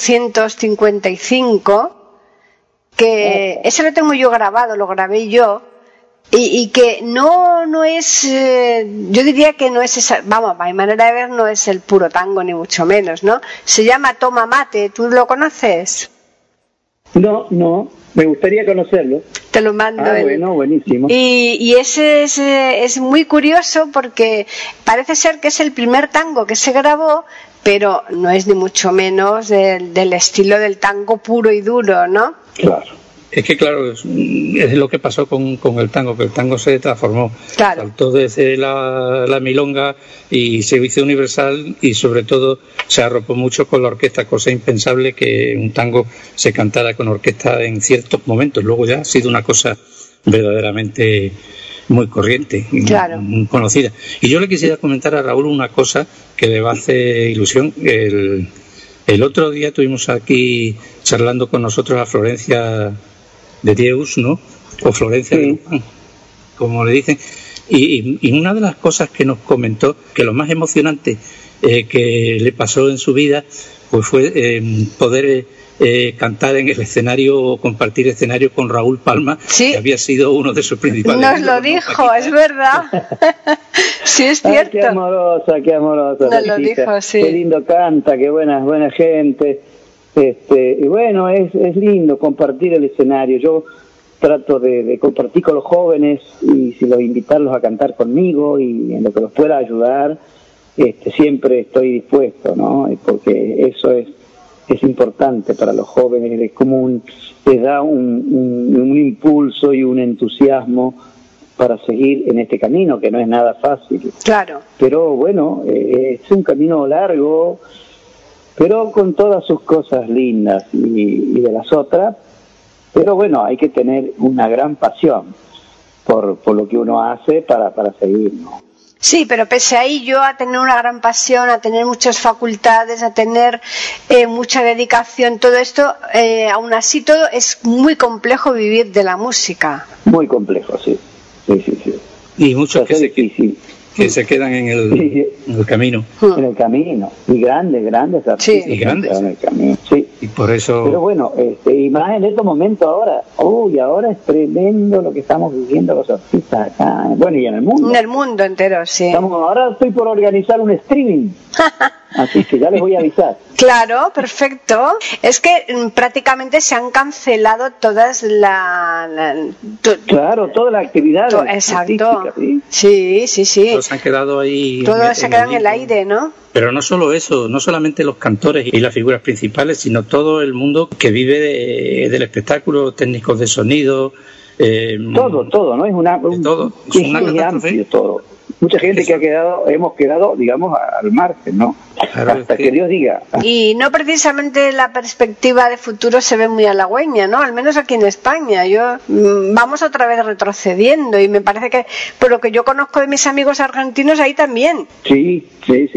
1855, que ese lo tengo yo grabado, lo grabé yo, y que no es, yo diría que no es esa, vamos, a mi manera de ver no es el puro tango ni mucho menos, ¿no? Se llama Toma Mate, ¿tú lo conoces? No, me gustaría conocerlo. Te lo mando. Bueno, buenísimo. Y ese es muy curioso porque parece ser que es el primer tango que se grabó, pero no es ni mucho menos del estilo del tango puro y duro, ¿no? Claro. Es que claro, es lo que pasó con el tango, que el tango se transformó, claro. Saltó desde la milonga y se hizo universal, y sobre todo se arropó mucho con la orquesta, cosa impensable que un tango se cantara con orquesta en ciertos momentos. Luego ya ha sido una cosa verdaderamente muy corriente, claro, muy conocida. Y yo le quisiera comentar a Raúl una cosa que le va a hacer ilusión. El otro día tuvimos aquí charlando con nosotros a Florencia de Dieus, ¿no? O Florencia de Luján, como le dicen. Y una de las cosas que nos comentó, que lo más emocionante que le pasó en su vida, pues fue poder cantar en el escenario o compartir escenario con Raúl Palma, sí, que había sido uno de sus principales. Nos lo dijo, es verdad. Sí, es cierto. Qué amorosa. Nos lo dijo, sí. Qué lindo canta, qué buena gente. Y bueno, es lindo compartir el escenario. Yo trato de compartir con los jóvenes, y si los invitarlos a cantar conmigo y en lo que los pueda ayudar, siempre estoy dispuesto, ¿no? Porque eso es importante para los jóvenes, es como les da un impulso y un entusiasmo para seguir en este camino, que no es nada fácil. Claro. Pero bueno, es un camino largo, pero con todas sus cosas lindas y de las otras. Pero bueno, hay que tener una gran pasión por lo que uno hace para seguir, ¿no? Sí, pero pese a ello, a tener una gran pasión, a tener muchas facultades, a tener mucha dedicación, todo esto, aún así todo es muy complejo vivir de la música. Muy complejo, sí. Y muchos que se quedan en el camino. En el camino. Y grandes artistas. Sí. Y grandes. En el camino. Sí. Y por eso... Pero bueno, y más en estos momentos ahora. Ahora es tremendo lo que estamos viviendo los artistas acá. Bueno, y en el mundo. En el mundo entero, sí. Ahora estoy por organizar un streaming. Así que ya les voy a avisar. Claro, perfecto. Es que prácticamente se han cancelado todas Claro, todas las actividades. Exacto. Sí. Todos han quedado ahí. Todos se quedan en el aire, ¿no? Pero no solo eso, no solamente los cantores y las figuras principales, sino todo el mundo que vive del espectáculo, técnicos de sonido. Todo, ¿no? Es una catástrofe. Amplio, todo. Mucha gente hemos quedado, digamos, al margen, ¿no? Claro, hasta que Dios diga. Y no precisamente la perspectiva de futuro se ve muy halagüeña, ¿no? Al menos aquí en España. Vamos otra vez retrocediendo, y me parece que, por lo que yo conozco de mis amigos argentinos, ahí también. Sí.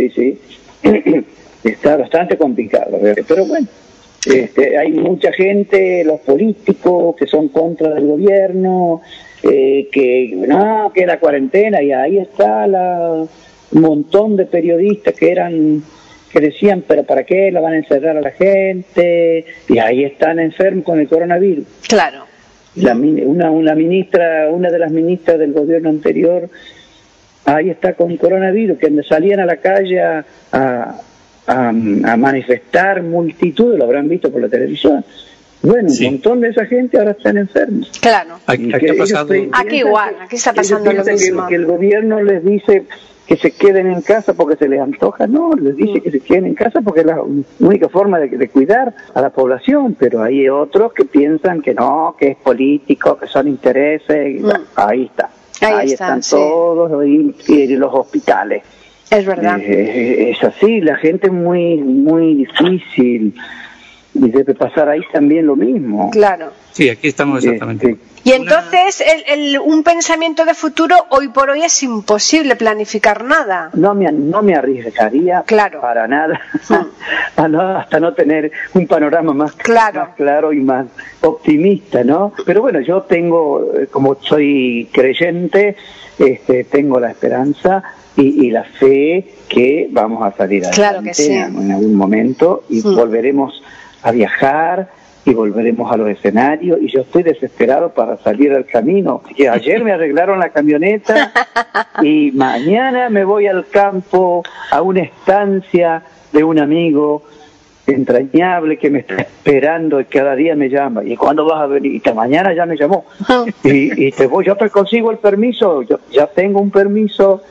Está bastante complicado, pero bueno. Hay mucha gente, los políticos, que son contra del gobierno, que la cuarentena, y ahí está un montón de periodistas que decían, pero ¿para qué la van a encerrar a la gente? Y ahí están enfermos con el coronavirus. Claro. Una de las ministras del gobierno anterior, ahí está con coronavirus, que salían a la calle a manifestar multitudes, lo habrán visto por la televisión. Bueno, sí. Un montón de esa gente ahora están enfermos. Claro. Aquí igual, aquí está pasando lo mismo. Que el gobierno les dice que se queden en casa porque se les antoja. No, les dice que se queden en casa porque es la única forma de cuidar a la población. Pero hay otros que piensan que no, que es político, que son intereses. Ahí está. Ahí están todos y los hospitales. Es verdad. Es así, la gente es muy difícil. Y debe pasar ahí también lo mismo. Claro. Sí, aquí estamos exactamente. Y entonces, un pensamiento de futuro, hoy por hoy es imposible planificar nada. No me arriesgaría para nada hasta no tener un panorama más claro y más optimista, ¿no? Pero bueno, yo tengo, como soy creyente, tengo la esperanza y la fe que vamos a salir adelante en algún momento y volveremos a viajar y volveremos a los escenarios, y yo estoy desesperado para salir al camino. Que ayer me arreglaron la camioneta y mañana me voy al campo a una estancia de un amigo entrañable que me está esperando y cada día me llama. ¿Y cuándo vas a venir? Y esta mañana ya me llamó. Y yo te consigo el permiso, yo ya tengo un permiso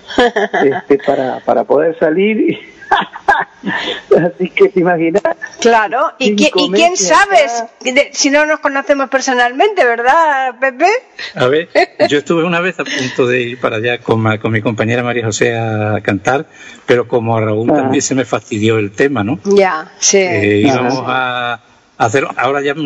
para poder salir. Así que te imaginas. Claro, y quién sabe si no nos conocemos personalmente, ¿verdad, Pepe? A ver, yo estuve una vez a punto de ir para allá con mi compañera María José a cantar, pero como a Raúl también se me fastidió el tema, ¿no? Ya, sí. Íbamos a hacer, ahora ya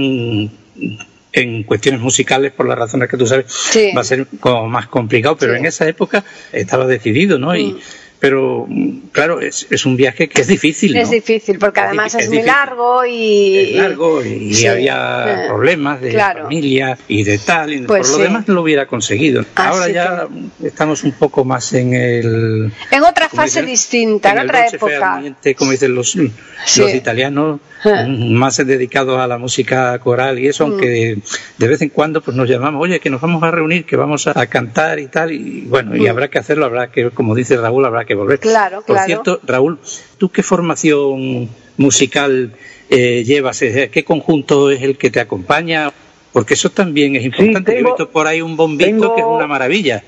en cuestiones musicales, por las razones que tú sabes, va a ser como más complicado, pero en esa época estaba decidido, ¿no? Pero claro, es un viaje que es difícil, ¿no? Es difícil, porque además es muy largo y... Es largo y había problemas de familia y de tal, y pues por lo demás lo hubiera conseguido. Ahora ya estamos un poco más en otra fase distinta, en otra época. Como dicen los italianos, más dedicados a la música coral y eso, aunque de vez en cuando pues nos llamamos, oye, que nos vamos a reunir, que vamos a cantar y tal, y bueno, y habrá que hacerlo, habrá que, como dice Raúl, habrá que volver. Claro. Por cierto, Raúl, ¿tú qué formación musical llevas? ¿Qué conjunto es el que te acompaña? Porque eso también es importante. Yo he visto por ahí un bombito que es una maravilla.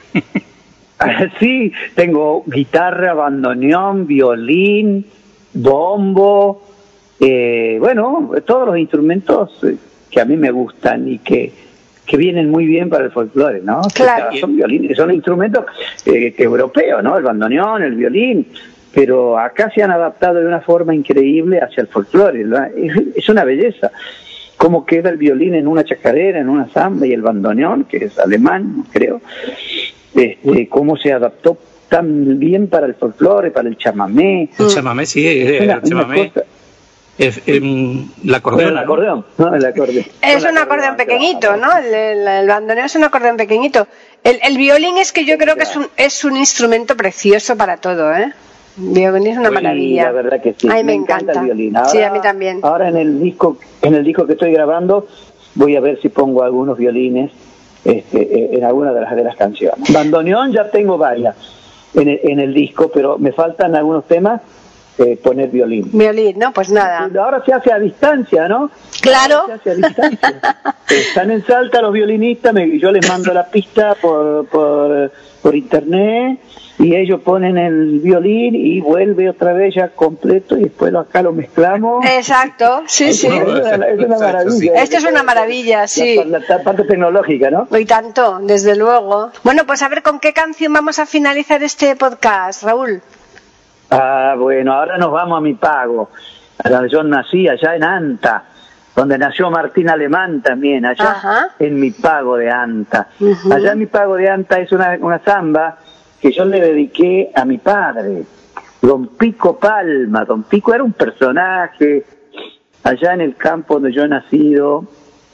Sí, tengo guitarra, bandoneón, violín, bombo, bueno, todos los instrumentos que a mí me gustan y que vienen muy bien para el folclore, ¿no? Claro. Son violines, son instrumentos europeos, ¿no? El bandoneón, el violín, pero acá se han adaptado de una forma increíble hacia el folclore, ¿no? Es una belleza. Cómo queda el violín en una chacarera, en una samba, y el bandoneón, que es alemán, creo, cómo se adaptó tan bien para el folclore, para el chamamé. El chamamé, sí, el chamamé. El acordeón. Es un acordeón pequeñito, ¿no? El bandoneón es un acordeón pequeñito. El violín es que yo creo que es un instrumento precioso para todo, ¿eh? El violín es una maravilla. La verdad que sí. A mí me encanta el violín. Ahora, sí, a mí también. Ahora en el disco que estoy grabando voy a ver si pongo algunos violines en alguna de las canciones. Bandoneón ya tengo varias en el disco, pero me faltan algunos temas. Poner violín. Violín, ¿no? Pues nada. Ahora se hace a distancia, ¿no? Claro. Se hace a distancia. Están en Salta los violinistas, yo les mando la pista por internet y ellos ponen el violín y vuelve otra vez ya completo y después acá lo mezclamos. Exacto, sí. Es una maravilla. Esto es una maravilla, sí. La parte tecnológica, ¿no? Y tanto, desde luego. Bueno, pues a ver con qué canción vamos a finalizar este podcast, Raúl. Bueno, ahora nos vamos a Mi Pago, donde yo nací, allá en Anta, donde nació Martín Alemán también, allá en Mi Pago de Anta. Allá en Mi Pago de Anta es una samba que yo le dediqué a mi padre, Don Pico Palma. Don Pico era un personaje allá en el campo donde yo he nacido.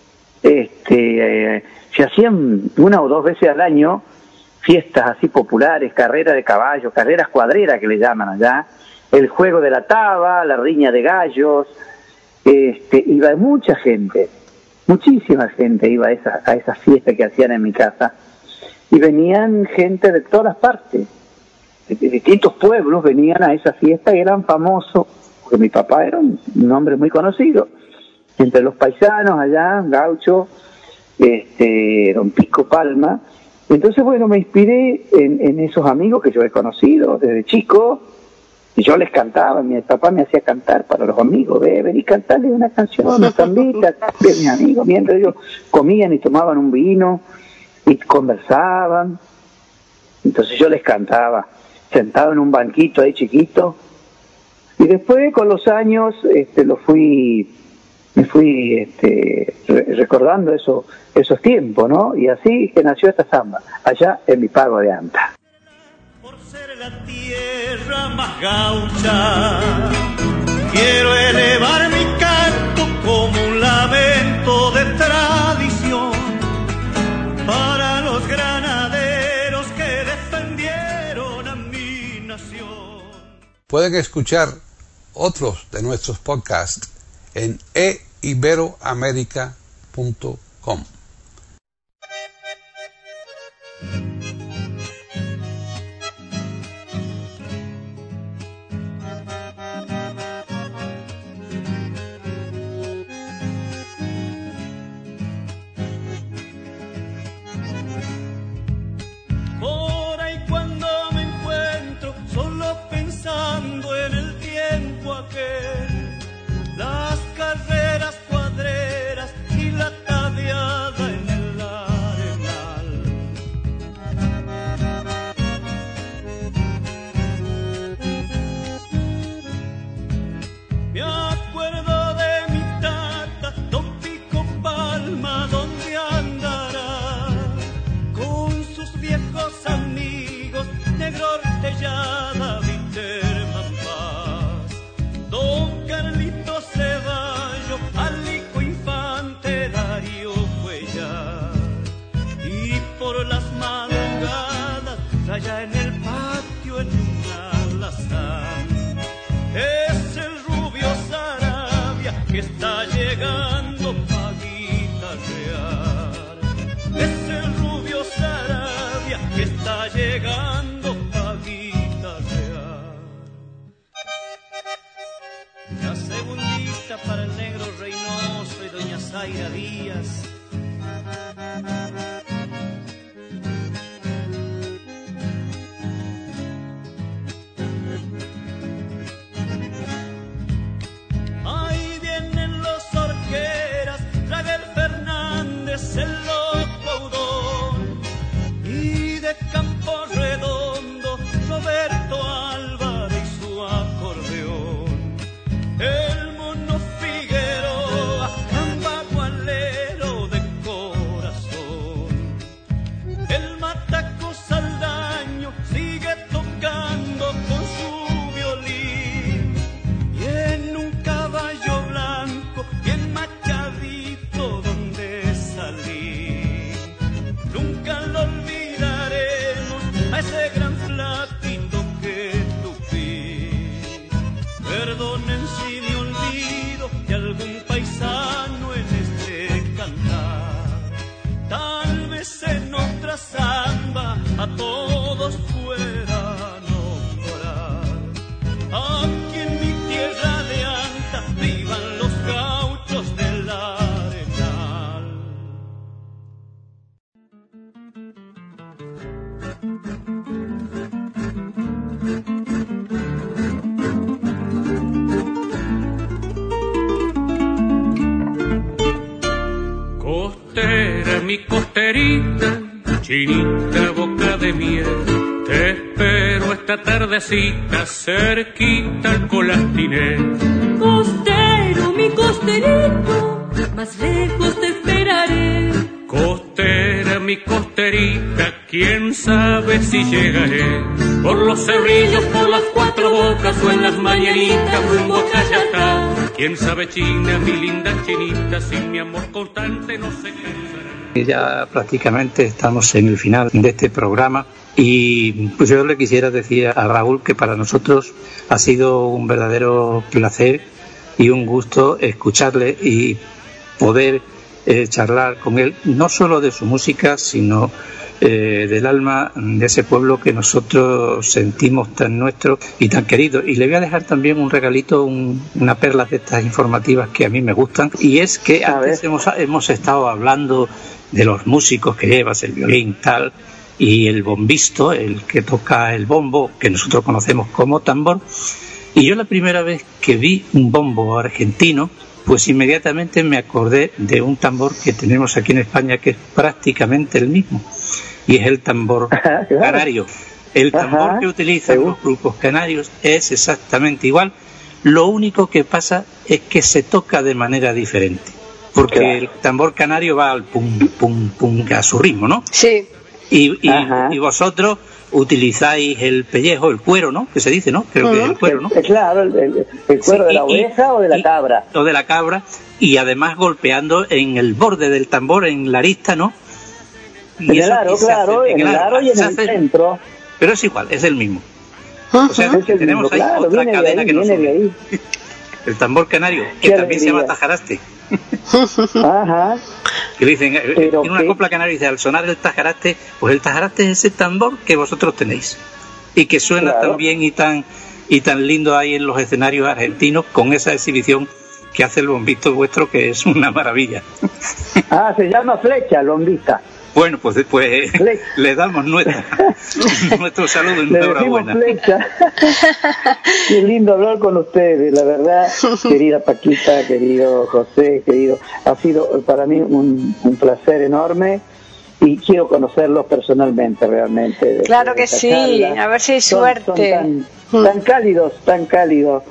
Se hacían 1 o 2 veces al año fiestas así populares, carreras de caballos, carreras cuadreras que le llaman allá, el juego de la taba, la riña de gallos, iba mucha gente, muchísima gente iba a esas fiestas que hacían en mi casa, y venían gente de todas partes, de distintos pueblos venían a esa fiesta y eran famosos, porque mi papá era un hombre muy conocido, entre los paisanos allá, gaucho, Don Pico Palma. Entonces, bueno, me inspiré en esos amigos que yo he conocido desde chico, y yo les cantaba, mi papá me hacía cantar para los amigos, vení cantarles una canción, una zambita, de mis amigos, mientras ellos comían y tomaban un vino, y conversaban, entonces yo les cantaba, sentado en un banquito ahí chiquito, y después con los años lo fui recordando esos tiempos, ¿no? Y así que nació esta samba, allá en mi pago de Anta. Por ser la tierra más gaucha, quiero elevar mi canto como un lamento de tradición para los granaderos que defendieron a mi nación. Pueden escuchar otros de nuestros podcasts en eiberoamerica.com. Por ahí cuando me encuentro solo pensando en el tiempo aquel, las carreras cuadreras y la tadeada en el arenal. Me acuerdo de mi tata, don Pico Palma, donde andará con sus viejos amigos, Negro Ortellada, Winterman Paz, don Carlito Ceballo, Alico Infante, Darío Cuellar. Y por las madrugadas, allá en el patio en una alazán, es el Rubio Sarabia que está llegando pa' guitarrear. Es el Rubio Sarabia que está llegando pa' guitarrear. La segundita para el Negro Reynoso y doña Zaira Díaz. Ahí vienen los Orqueras, Raguel Fernández, el Loco Audón, y de Campo Redondo, Roberto Álvarez y su acordeón. El Mono Figueroa, cambagualero de corazón. El Mataco Saldaño sigue tocando con su violín, y en un caballo blanco, bien machadito donde salí. Nunca lo olvidaremos a ese gran flaquito que tupí. Perdonen si me olvido de algún paisano en este cantar. Tal vez en otra samba a todos pueda nombrar. Aquí en mi tierra de Anta vivan los gauchos del Arenal. Costera, mi costerita, chinita, boca de miel, te espero esta tardecita, cerquita al Colastinel. Costero, mi costerito, más lejos te esperaré. Costera, mi costerita, quién sabe si llegaré. Por los cerrillos, por las cuatro bocas o en las mañanitas rumbo a Cayatá. Quién sabe, China, mi linda chinita, sin mi amor constante no se cansará. Ya prácticamente estamos en el final de este programa y pues yo le quisiera decir a Raúl que para nosotros ha sido un verdadero placer y un gusto escucharle y poder charlar con él, no solo de su música, sino del alma de ese pueblo que nosotros sentimos tan nuestro y tan querido. Y le voy a dejar también un regalito, una perla de estas informativas que a mí me gustan, y es que antes hemos estado hablando de los músicos que llevas, el violín tal, y el bombisto, el que toca el bombo, que nosotros conocemos como tambor. Y yo la primera vez que vi un bombo argentino, pues inmediatamente me acordé de un tambor que tenemos aquí en España que es prácticamente el mismo, y es el tambor canario. El tambor que utilizan los grupos canarios es exactamente igual. Lo único que pasa es que se toca de manera diferente, porque claro, el tambor canario va al pum, pum, pum, a su ritmo, ¿no? Sí. Y vosotros utilizáis el pellejo, el cuero, ¿no? Que se dice, ¿no? Creo que es el cuero, ¿no? Claro, el cuero de la oveja o de la cabra. O de la cabra, y además golpeando en el borde del tambor, en la arista, ¿no? En el aro, claro, en el aro y en el centro. Pero es igual, es el mismo. O sea, que tenemos ahí otra cadena que nos une. El tambor canario, que también se llama tajaraste. Ajá. Que dicen, en una copla canaria dice, al sonar el tajaraste, pues el tajaraste es ese tambor que vosotros tenéis. Y que suena tan bien y tan lindo ahí en los escenarios argentinos, con esa exhibición que hace el bombito vuestro, que es una maravilla. Se llama flecha, el bombista. Bueno, pues después le damos nuestro saludo y nuestra enhorabuena. Qué lindo hablar con ustedes, la verdad, querida Paquita, querido José, ha sido para mí un placer enorme y quiero conocerlos personalmente, realmente. Claro que sí, charla. A ver si hay suerte. Son tan cálidos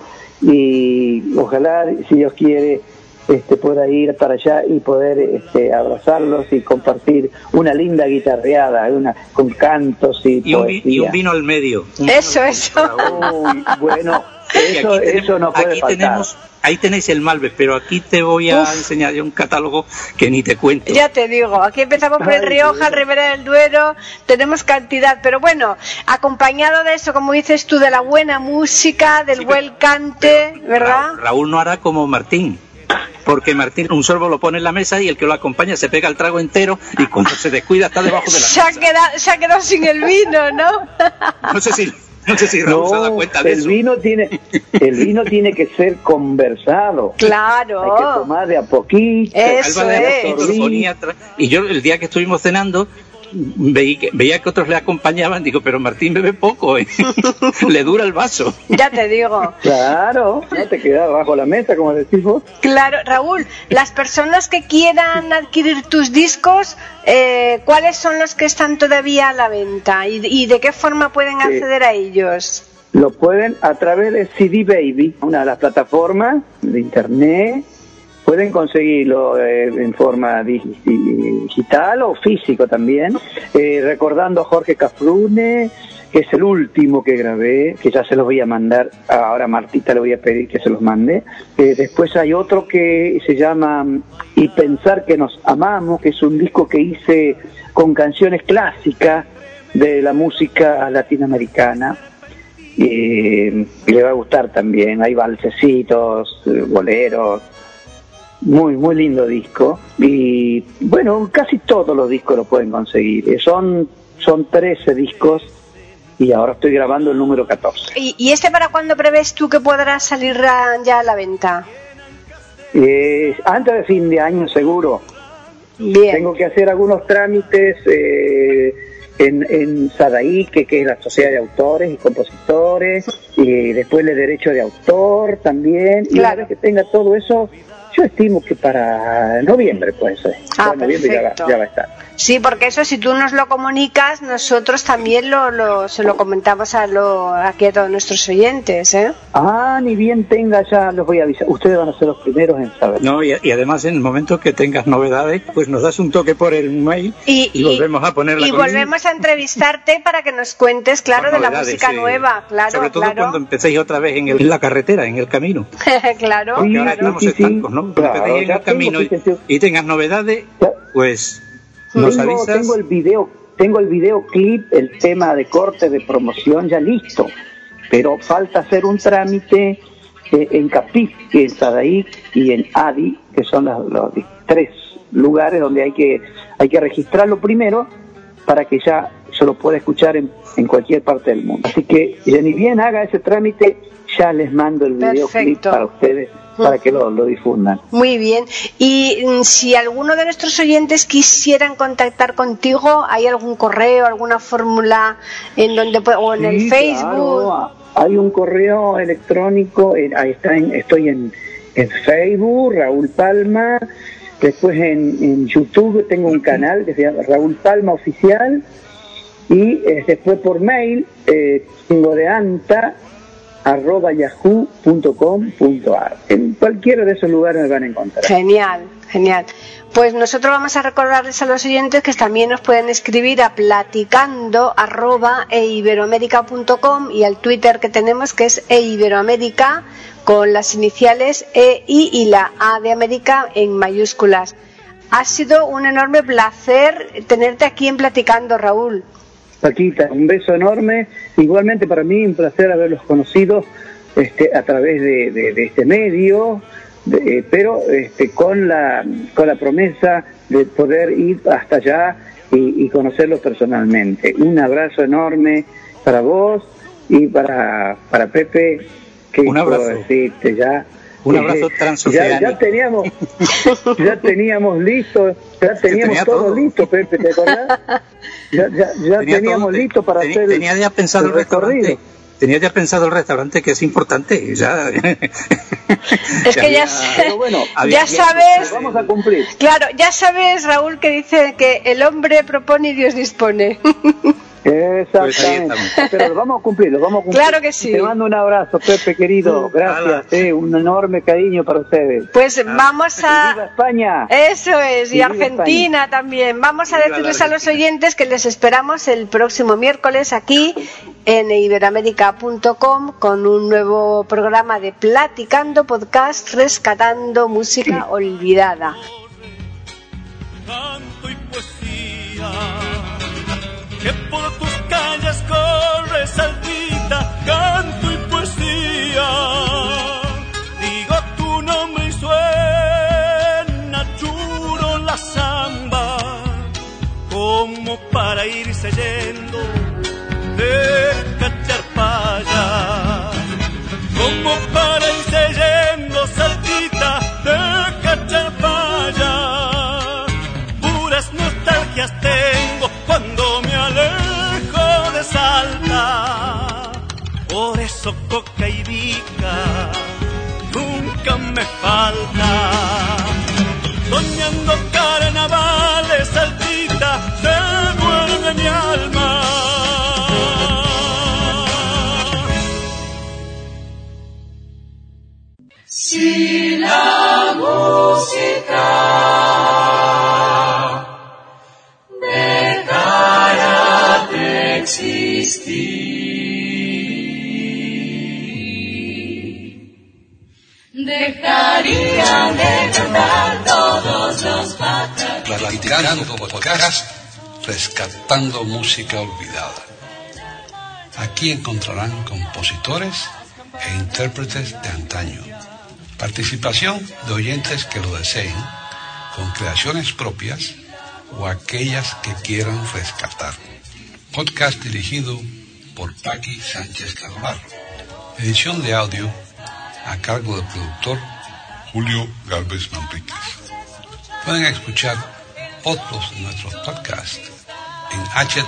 y ojalá, si Dios quiere, pueda ir para allá y poder abrazarlos y compartir una linda guitarreada, con cantos y poesía. Y un vino al medio. Eso. Uy, bueno, eso no puede faltar. Ahí tenéis el Malbec, pero aquí te voy a enseñar yo un catálogo que ni te cuento. Ya te digo, aquí empezamos por el Rioja, el Ribera del Duero, tenemos cantidad, pero bueno, acompañado de eso, como dices tú, de la buena música, del buen cante, ¿verdad? Raúl no hará como Martín. Porque Martín un sorbo lo pone en la mesa y el que lo acompaña se pega el trago entero y cuando se descuida está debajo de la mesa. Se ha quedado sin el vino, ¿no? No sé si Raúl se da cuenta de eso. El vino tiene que ser conversado. Claro. Hay que tomar de a poquito. Eso es. Y yo el día que estuvimos cenando veía que otros le acompañaban, digo, pero Martín bebe poco, le dura el vaso. Ya te digo. Claro, no te quedas bajo la mesa, como decís vos. Claro, Raúl, las personas que quieran adquirir tus discos, ¿cuáles son los que están todavía a la venta? ¿Y de qué forma pueden acceder a ellos? Lo pueden a través de CD Baby, una de las plataformas de internet. Pueden conseguirlo en forma digital o físico también, recordando a Jorge Cafrune, que es el último que grabé, que ya se los voy a mandar, ahora a Martita le voy a pedir que se los mande. Después hay otro que se llama Y Pensar que Nos Amamos, que es un disco que hice con canciones clásicas de la música latinoamericana. Y le va a gustar también, hay valsecitos, boleros. Muy, muy lindo disco. Y bueno, casi todos los discos lo pueden conseguir. Son 13 discos y ahora estoy grabando el número 14. ¿Y para cuándo prevés tú que podrá salir ya a la venta? Antes de fin de año seguro. Bien. Tengo que hacer algunos trámites en SADAI, que es la Sociedad de Autores y Compositores, y después el derecho de autor también. Y una vez que tenga todo eso, yo estimo que para noviembre puede ser. Para noviembre ya va a estar. Sí, porque eso, si tú nos lo comunicas, nosotros también se lo comentamos aquí a todos nuestros oyentes, ¿eh? Ni bien tenga, ya los voy a avisar. Ustedes van a ser los primeros en saber. No, y además en el momento que tengas novedades, pues nos das un toque por el mail y volvemos a ponerla. Y volvemos a entrevistarte para que nos cuentes, claro, de la música nueva, claro. Sobre todo cuando empecéis otra vez en la carretera, en el camino. Claro. Porque ahora estamos estancos, ¿no? Cuando empecéis en el camino y tengas novedades, pues nos avisas. Tengo el videoclip, el tema de corte de promoción ya listo, pero falta hacer un trámite en Capif, en Sadaí y en Adi, que son los 3 lugares donde hay que registrarlo primero para que ya se lo pueda escuchar en cualquier parte del mundo. Así que ya ni bien haga ese trámite, ya les mando el videoclip para ustedes, para que lo difundan. Muy bien. Y si alguno de nuestros oyentes quisieran contactar contigo, ¿hay algún correo, alguna fórmula en donde o en el Facebook? Claro, hay un correo electrónico, ahí está, estoy en Facebook, Raúl Palma. Después en YouTube tengo un canal que se llama Raúl Palma Oficial. Y después por mail tengo de ANTA @yahoo.com.ar. En cualquiera de esos lugares me van a encontrar. Genial, genial. Pues nosotros vamos a recordarles a los oyentes que también nos pueden escribir a platicando@eiberoamerica.com y al Twitter que tenemos, que es eiberoamerica, con las iniciales EI y la A de América en mayúsculas. Ha sido un enorme placer tenerte aquí en Platicando, Raúl. Paquita, un beso enorme. Igualmente para mí un placer haberlos conocido a través de este medio, pero con la promesa de poder ir hasta allá y conocerlos personalmente. Un abrazo enorme para vos y para Pepe, que un abrazo. Decirte ya. Un abrazo transoceánico. Ya teníamos listo, todo listo, Pepe, ¿te acordás? Ya teníamos listo para hacer tenía ya pensado el recorrido. Tenía ya pensado el restaurante, que es importante. Ya. Es que ya sabes. Vamos a cumplir. Claro, ya sabes, Raúl, que dice que el hombre propone y Dios dispone. Exactamente, pero lo vamos a cumplir. Claro que sí. Te mando un abrazo, Pepe querido, gracias, un enorme cariño para ustedes. Pues vamos a... ¡Viva España! Eso es, y Argentina España también. Vamos a decirles a los oyentes que les esperamos el próximo miércoles aquí en iberoamerica.com con un nuevo programa de Platicando Podcast, rescatando música olvidada. Canto y poesía, que por tus calles corre saltita, canto y poesía. Digo tu nombre y suena churo la samba, como para irse yendo de Cacharpaya, como para irse yendo saltita de Cacharpaya. Puras nostalgias tengo cuando me alejo de Salta, por eso coca y bica nunca me falta. Soñando carnavales, Saltita, se duerme mi alma. Si la música dejara de existir, dejarían de cantar todos los pájaros. Platicando podcast, rescatando música olvidada. Aquí encontrarán compositores e intérpretes de antaño. Participación de oyentes que lo deseen, con creaciones propias o aquellas que quieran rescatar. Podcast dirigido por Paqui Sánchez Galvarro. Edición de audio a cargo del productor Julio Galvez Manríquez. Pueden escuchar otros de nuestros podcasts en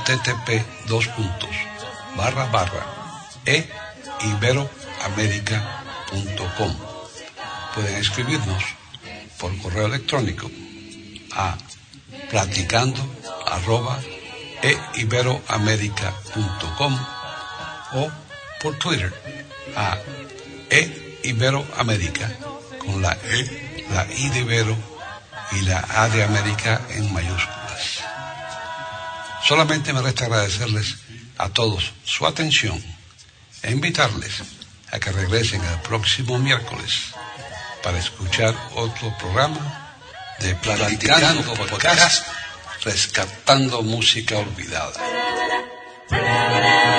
http://eiberoamerica.com. Pueden escribirnos por correo electrónico a platicando@eiberoamerica.com o por Twitter a eiberoamerica con la E, la I de Ibero y la A de América en mayúsculas. Solamente me resta agradecerles a todos su atención e invitarles a que regresen el próximo miércoles para escuchar otro programa de Platicando Podcast, rescatando música olvidada.